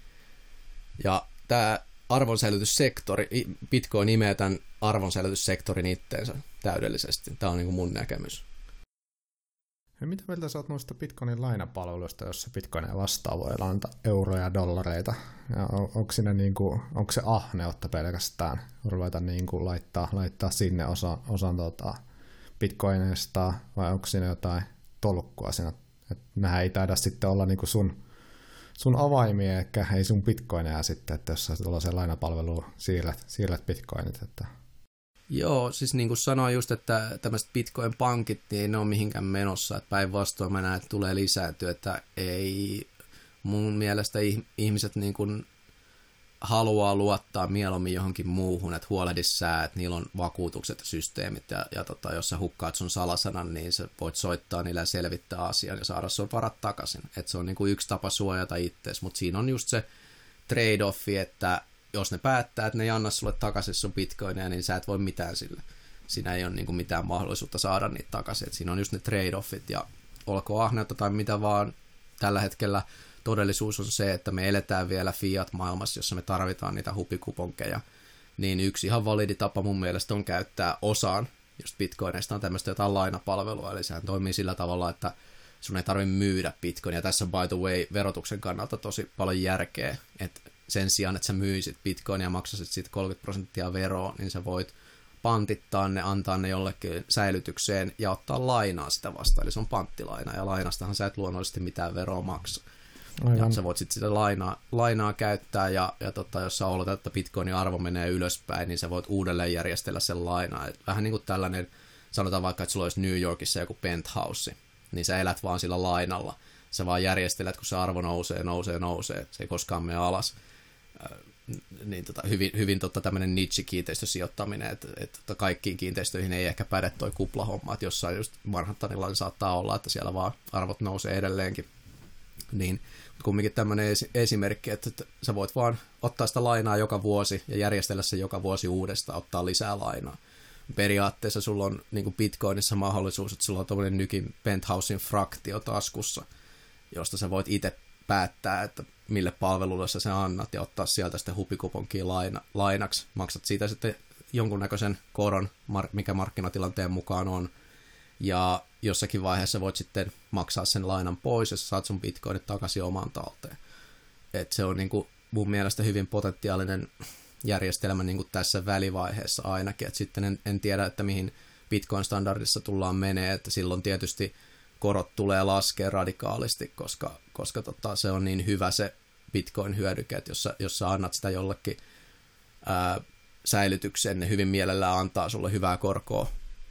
Ja tämä arvonsäilytyssektori, Bitcoin imee tämän arvonsäilytyssektorin itteensä täydellisesti. Tämä on niin kuin mun näkemys. Ja mitä mieltä sä oot noista Bitcoinin lainapalveluista, jossa Bitcoinia vastaan voi antaa euroja ja dollareita? Ja onko se ahneutta pelkästään ruveta laittaa sinne osan Bitcoinista, vai onko siinä jotain tolkkua siinä? Nehän ei taida sitten olla niinku sun avaimia, eikä ei sun Bitcoinia sitten, että jos sä tuollaiseen lainapalveluun siirrät Bitcoinit, että... Joo, siis niin kuin sanoin just, että tämmöiset Bitcoin-pankit, niin ei ne ole mihinkään menossa, että päinvastoin mä näen, että tulee lisääntyä, että ei mun mielestä ihmiset niin kuin haluaa luottaa mieluummin johonkin muuhun, että huolehdis sä, että niillä on vakuutukset ja systeemit, ja jos sä hukkaat sun salasanan, niin sä voit soittaa niillä ja selvittää asian ja saada sun varat takaisin. Että se on niin kuin yksi tapa suojata itseäsi, mutta siinä on just se trade-offi, että jos ne päättää, että ne ei anna sulle takaisin sun bitcoineja, niin sä et voi mitään sille. Siinä ei ole niin kuin mitään mahdollisuutta saada niitä takaisin. Et siinä on just ne trade-offit, ja olkoon ahneutta tai mitä vaan, tällä hetkellä todellisuus on se, että me eletään vielä fiat-maailmassa, jossa me tarvitaan niitä hupikuponkeja. Niin yksi ihan validi tapa mun mielestä on käyttää osaan just bitcoineista on tämmöistä jotain lainapalvelua, eli sehän toimii sillä tavalla, että sun ei tarvitse myydä bitcoinia. Tässä on by the way verotuksen kannalta tosi paljon järkeä, että sen sijaan, että sä myisit bitcoinia ja maksasit siitä 30% veroa, niin sä voit pantittaa ne, antaa ne jollekin säilytykseen ja ottaa lainaa sitä vastaan. Eli se on panttilaina, ja lainastahan sä et luonnollisesti mitään veroa maksa. Ja sä voit sitten sitä lainaa käyttää, ja jos sä oletat, että bitcoinin arvo menee ylöspäin, niin sä voit uudelleen järjestellä sen lainaa. Et vähän niin kuin tällainen, sanotaan vaikka, että sulla olisi New Yorkissa joku penthouse, niin sä elät vaan sillä lainalla. Sä vaan järjestelet, kun se arvo nousee, se ei koskaan mene alas. Niin hyvin tämmöinen niche-kiinteistösijoittaminen, että kaikkiin kiinteistöihin ei ehkä päde toi kuplahomma, että jossain just Manhattanilla niin saattaa olla, että siellä vaan arvot nousee edelleenkin. Niin kumminkin tämmöinen esimerkki, että sä voit vaan ottaa sitä lainaa joka vuosi ja järjestellä se joka vuosi uudestaan, ottaa lisää lainaa. Periaatteessa sulla on niin kuin Bitcoinissa mahdollisuus, että sulla on tämmöinen nykin penthousein fraktio taskussa, josta sä voit itse päättää, että mille palvelulle sä sen annat ja ottaa sieltä sitten hupikuponkia lainaksi. Maksat siitä sitten jonkunnäköisen koron, mikä markkinatilanteen mukaan on. Ja jossakin vaiheessa voit sitten maksaa sen lainan pois, jos saat sun bitcoinit takaisin omaan talteen. Et se on niin kuin mun mielestä hyvin potentiaalinen järjestelmä niin kuin tässä välivaiheessa ainakin. Et sitten en tiedä, että mihin bitcoin-standardissa tullaan menee, että silloin tietysti korot tulee laskea radikaalisti, koska se on niin hyvä se bitcoin-hyödyke, että jos sä annat sitä jollekin säilytykseen, ne hyvin mielellään antaa sulle hyvää korkoa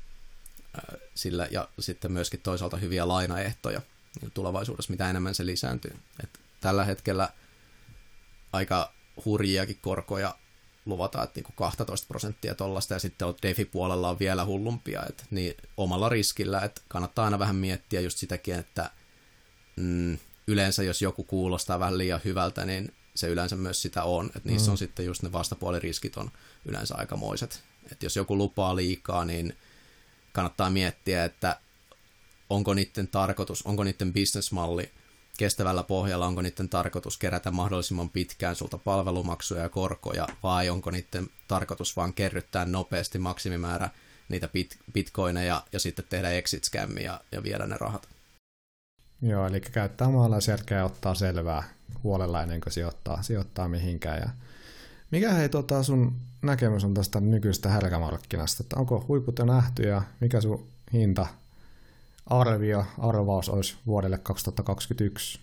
sillä, ja sitten myöskin toisaalta hyviä lainaehtoja tulevaisuudessa, mitä enemmän se lisääntyy. Et tällä hetkellä aika hurjiakin korkoja luvataan, että niinku 12% tuollaista, ja sitten on DeFi-puolella on vielä hullumpia, että niin omalla riskillä, että kannattaa aina vähän miettiä just sitäkin, että yleensä jos joku kuulostaa vähän liian hyvältä, niin se yleensä myös sitä on, että niissä on sitten just ne vastapuoliriskit on yleensä aikamoiset, että jos joku lupaa liikaa, niin kannattaa miettiä, että onko niiden tarkoitus, onko niiden bisnesmalli kestävällä pohjalla, onko niiden tarkoitus kerätä mahdollisimman pitkään sulta palvelumaksuja ja korkoja, vai onko niiden tarkoitus vaan kerryttää nopeasti maksimimäärä niitä bitcoineja ja sitten tehdä exit-skämmiä ja viedä ne rahat. Joo, eli käyttää maalaisjärkeä ja ottaa selvää huolella ennen kuin sijoittaa mihinkään. Ja mikä sun näkemys on tästä nykyistä härkämarkkinasta? Että onko huiput jo nähty ja mikä sun arvaus olisi vuodelle 2021?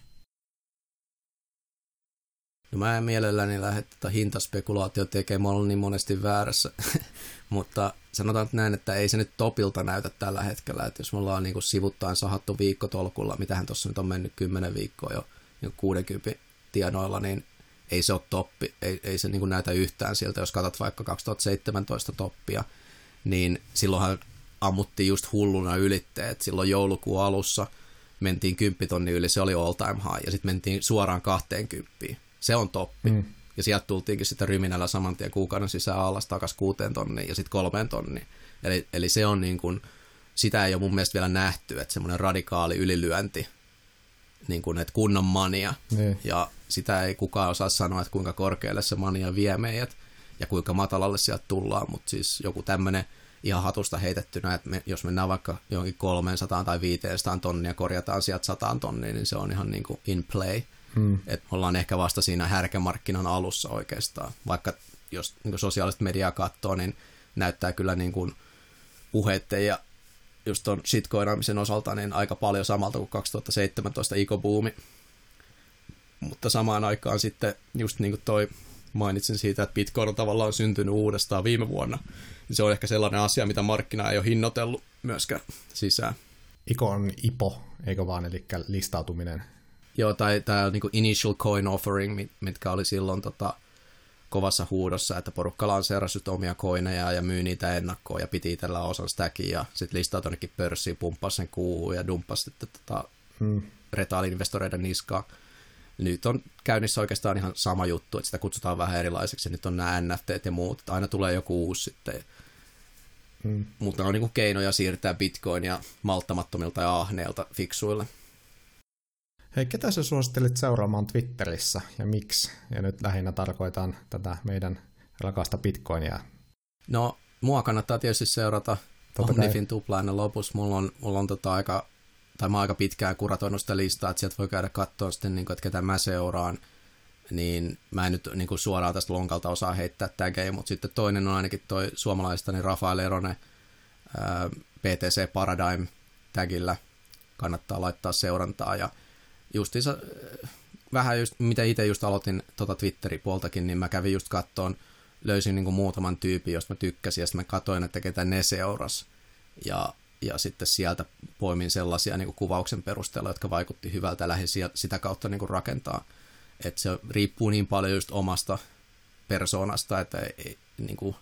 No mä en mielelläni lähde tätä hintaspekulaatio tekemään, mä olen niin monesti väärässä, mutta sanotaan näin, että ei se nyt topilta näytä tällä hetkellä, että jos me ollaan niin kuin sivuttain sahattu viikkotolkulla, mitähän tuossa nyt on mennyt 10 viikkoa jo niin 60 tienoilla, niin ei se ole toppi, ei se niin kuin näytä yhtään siltä, jos katsot vaikka 2017 toppia, niin silloinhan ammuttiin just hulluna ylitteet, silloin joulukuun alussa mentiin 10 000 yli, se oli all time high, ja sitten mentiin suoraan 20. Se on toppi. Ja sieltä tultiinkin sitten ryminällä saman tien kuukauden sisään alas takaisin 6 000 ja sitten 3 000. Eli se on niin kuin, sitä ei ole mun mielestä vielä nähty, että semmoinen radikaali ylilyönti, niin kuin, että kunnon mania. Ja sitä ei kukaan osaa sanoa, että kuinka korkealle se mania vie meidät ja kuinka matalalle sieltä tullaan, mutta siis joku tämmöinen ihan hatusta heitettynä, että jos mennään vaikka johonkin 300 tai 500 tonnia, korjataan sieltä 100 tonnia, niin se on ihan niin kuin in play. Että ollaan ehkä vasta siinä härkämarkkinan alussa oikeastaan. Vaikka jos niin kuin sosiaalista mediaa katsoo, niin näyttää kyllä niin kuin puheitten ja just ton shitcoinaamisen osalta niin aika paljon samalta kuin 2017 ikobuumi. Mutta samaan aikaan sitten just niin kuin toi mainitsin siitä, että Bitcoin on tavallaan syntynyt uudestaan viime vuonna. Se on ehkä sellainen asia, mitä markkina ei ole hinnoitellut myöskään sisään. ICO on IPO, eikö vaan, eli listautuminen. Joo, tai tämä on niin kuin initial coin offering, mitkä oli silloin kovassa huudossa, että porukka lanseerasi omia coineja ja myy niitä ennakkoon ja piti itsellä osan stackia ja sitten listautui jonnekin pörssiin, pumppasi sen kuuhun ja dumppasi sitten retail-investoreiden niskaan. Nyt on käynnissä oikeastaan ihan sama juttu, että sitä kutsutaan vähän erilaiseksi. Nyt on nämä NFTt ja muut, että aina tulee joku uusi sitten. Mutta on niin kuin keinoja siirtää bitcoinia malttamattomilta ja ahneilta fiksuille. Hei, ketä sä suosittelit seuraamaan Twitterissä ja miksi? Ja nyt lähinnä tarkoitan tätä meidän rakasta bitcoinia. No, mua kannattaa tietysti seurata Omnifin tuplainen lopussa. Mulla on mä oon aika pitkään kuratoinut sitä listaa, että sieltä voi käydä katsoa sitten, niin kuin, että ketä mä seuraan, niin mä en nyt niin kuin suoraan tästä lonkalta osaa heittää tageja, mutta sitten toinen on ainakin toi suomalaista, niin Rafael Eronen BTC Paradigm tagillä kannattaa laittaa seurantaa, ja justiinsa vähän just, mitä itse just aloitin Twitterin puoltakin, niin mä kävin just kattoon, löysin niin kuin muutaman tyypin, josta mä tykkäsin, ja sitten mä katsoin, että ketä ne seurasi, ja sitten sieltä poimin sellaisia niin kuin kuvauksen perusteella, jotka vaikutti hyvältä ja lähdin sitä kautta niin kuin rakentaa. Että se riippuu niin paljon just omasta persoonasta, että niin kuin,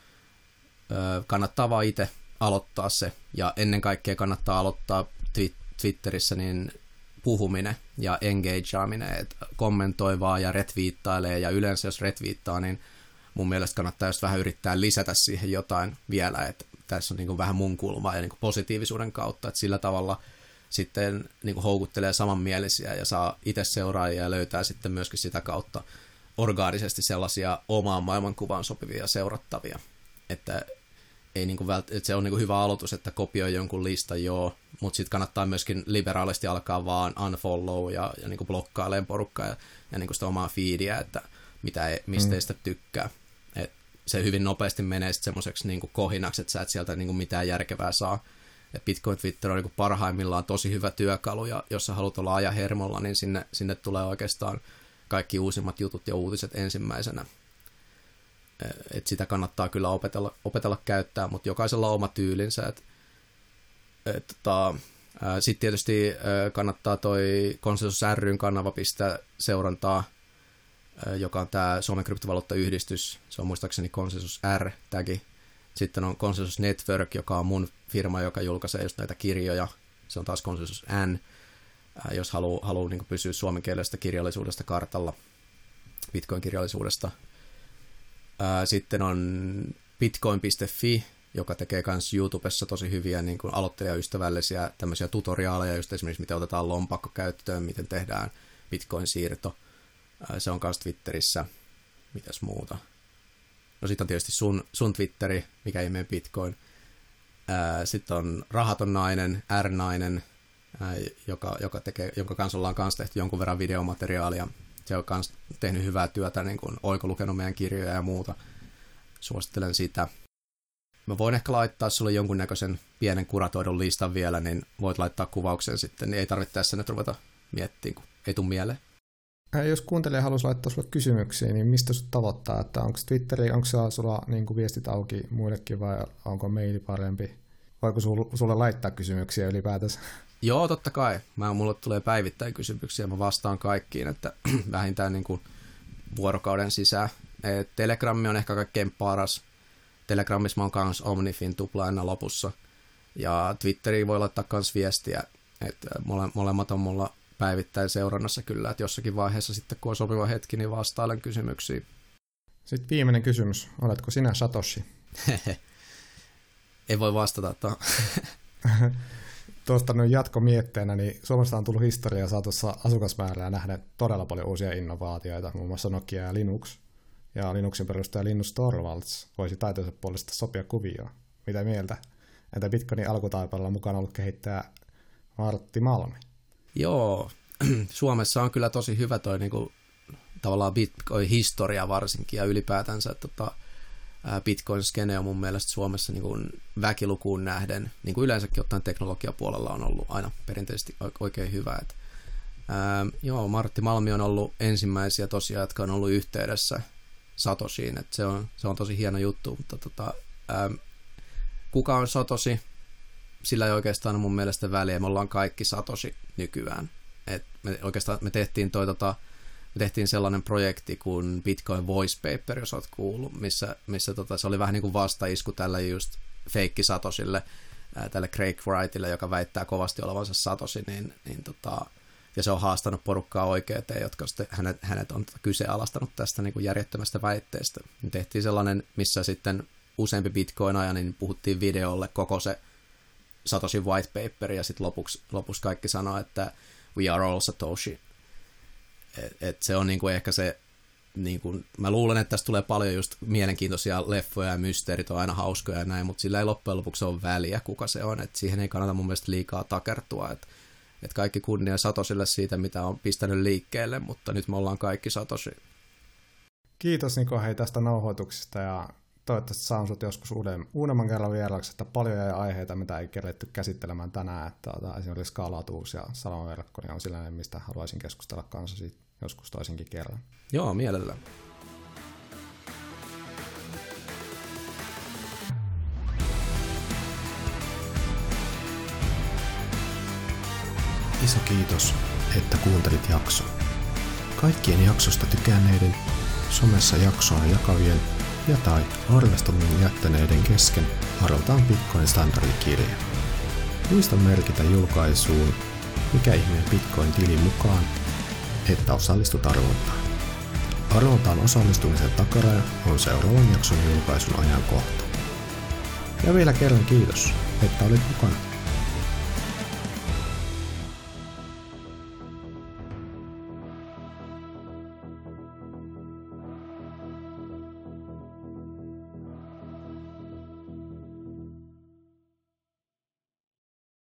kannattaa vaan itse aloittaa se. Ja ennen kaikkea kannattaa aloittaa Twitterissä niin puhuminen ja engageaminen, että kommentoi vaan ja retviittailee. Ja yleensä jos retviittaa, niin mun mielestä kannattaa just vähän yrittää lisätä siihen jotain vielä, että tässä on niin kuin vähän mun kulmaa ja niin kuin positiivisuuden kautta, että sillä tavalla sitten niin kuin houkuttelee samanmielisiä ja saa itse seuraajia ja löytää sitten myöskin sitä kautta orgaanisesti sellaisia omaan maailmankuvaan sopivia seurattavia. Että ei niin kuin että se on niin kuin hyvä aloitus, että kopioi jonkun listan, joo, mutta sitten kannattaa myöskin liberaalisti alkaa vaan unfollow ja niin kuin blokkailemaan porukkaa ja niin kuin sitä omaa feedia, että mistä ei sitä tykkää. Se hyvin nopeasti menee sitten semmoiseksi niin kuin kohinaksi, että sä et sieltä niin kuin mitään järkevää saa. Et Bitcoin Twitter on niin kuin parhaimmillaan tosi hyvä työkalu, ja jos sä haluat olla ajahermolla, niin sinne tulee oikeastaan kaikki uusimmat jutut ja uutiset ensimmäisenä. Et sitä kannattaa kyllä opetella käyttää, mutta jokaisella on oma tyylinsä. Sitten tietysti kannattaa toi Consensus ry:n kanava pistää seurantaa, joka on tämä Suomen kryptovaluuttayhdistys, se on muistaakseni Consensus R-tagi. Sitten on Consensus Network, joka on mun firma, joka julkaisee just näitä kirjoja, se on taas Consensus N, jos haluaa niin kuin pysyä suomenkielisestä kirjallisuudesta kartalla, Bitcoin-kirjallisuudesta. Sitten on bitcoin.fi, joka tekee myös YouTubessa tosi hyviä niin kuin aloittajaystävällisiä tämmöisiä tutoriaaleja, just esimerkiksi miten otetaan lompakko käyttöön, miten tehdään Bitcoin-siirto. Se on myös Twitterissä. Mitäs muuta? No sitten on tietysti sun Twitteri, mikä ihmeen Bitcoin. Sitten on Rahaton nainen, R-nainen, jonka kanssa ollaan kanssa tehty jonkun verran videomateriaalia. Se on myös tehnyt hyvää työtä, niin kuin oikolukenut meidän kirjoja ja muuta. Suosittelen sitä. Mä voin ehkä laittaa sulle jonkunnäköisen pienen kuratoidun listan vielä, niin voit laittaa kuvauksen sitten, niin ei tarvitse tässä nyt ruveta miettimään, kun ei tule mieleen. Jos kuuntelija haluaisi laittaa sulle kysymyksiä, niin mistä sut tavoittaa? Että onko Twitteri, onko sulla niin kuin viestit auki muillekin vai onko maili parempi? Voiko sulle laittaa kysymyksiä ylipäätänsä? Joo, totta kai. Mulle tulee päivittäin kysymyksiä, mä vastaan kaikkiin, että vähintään niin kuin vuorokauden sisään. Telegrammi on ehkä kaikkein paras. Telegramissa mä oon kans Omnifin tupla aina lopussa. Ja Twitteriin voi laittaa kans viestiä, että molemmat on mulla päivittäin seurannassa kyllä, että jossakin vaiheessa sitten kun on sopiva hetki, niin vastailen kysymyksiin. Sitten viimeinen kysymys. Oletko sinä Satoshi? Ei voi vastata tuohon. Tuosta nyt jatkomietteenä, niin Suomesta on tullut historiaa saatossa asukasmäärää nähdä todella paljon uusia innovaatioita, muun muassa Nokia ja Linux. Ja Linuxin perustaja Linus Torvalds voisi taitonsa puolesta sopia kuvioon. Mitä mieltä? Entä Bitcoinin alkutaipaleella mukana ollut kehittäjä Martti Malmi? Joo, Suomessa on kyllä tosi hyvä toi niinku, tavallaan Bitcoin-historia varsinkin ja ylipäätänsä, että Bitcoin-skene on mun mielestä Suomessa niinku väkilukuun nähden, niin kuin yleensäkin ottaen teknologiapuolella on ollut aina perinteisesti oikein hyvä. Joo, Martti Malmi on ollut ensimmäisiä tosiaan, jotka on ollut yhteydessä Satoshiin, että se on tosi hieno juttu, mutta kuka on Satoshi? Sillä ei oikeastaan ole mun mielestä väliä, me ollaan kaikki Satoshi nykyään. Me tehtiin sellainen projekti kuin Bitcoin Voice Paper, jos olet kuullut, missä se oli vähän niin kuin vastaisku tälle just feikki Satoshille, tälle Craig Wrightille, joka väittää kovasti olevansa Satoshi, ja se on haastanut porukkaa oikeuteen, jotka sitten hänet on kyseenalaistanut tästä niin kuin järjettömästä väitteestä. Me tehtiin sellainen, missä sitten useampi Bitcoin-aja, niin puhuttiin videolle koko se Satoshin white paper, ja sitten lopuksi kaikki sanoo, että we are all Satoshi. Et se on niinku ehkä se, niinku, mä luulen, että tästä tulee paljon just mielenkiintoisia leffoja ja mysteerit on aina hauskoja ja näin, mutta sillä ei loppujen lopuksi ole väliä, kuka se on. Et siihen ei kannata mun mielestä liikaa takertua. Et kaikki kunnia Satoshille siitä, mitä on pistänyt liikkeelle, mutta nyt me ollaan kaikki Satoshi. Kiitos Niko hei tästä nauhoituksesta ja toivottavasti saan sut joskus uudemman kerran vieraksi, että paljon jäi aiheita, mitä ei keretty käsittelemään tänään, että esimerkiksi skaalautuvuus ja salamaverkko niin on sellainen, mistä haluaisin keskustella kanssasi joskus toisenkin kerran. Joo, mielellään. Iso kiitos, että kuuntelit jakson. Kaikkien jaksosta tykänneiden, somessa jaksoa jakavien tai arvostelun jättäneiden kesken arvotaan Bitcoin standardikirja. Muista merkitä julkaisuun mikä ihmeen Bitcoin-tilin mukaan, että osallistut arvontaan. Arvontaan osallistumisen takaraja on seuraavan jakson julkaisun ajankohta. Ja vielä kerran kiitos, että olit mukana.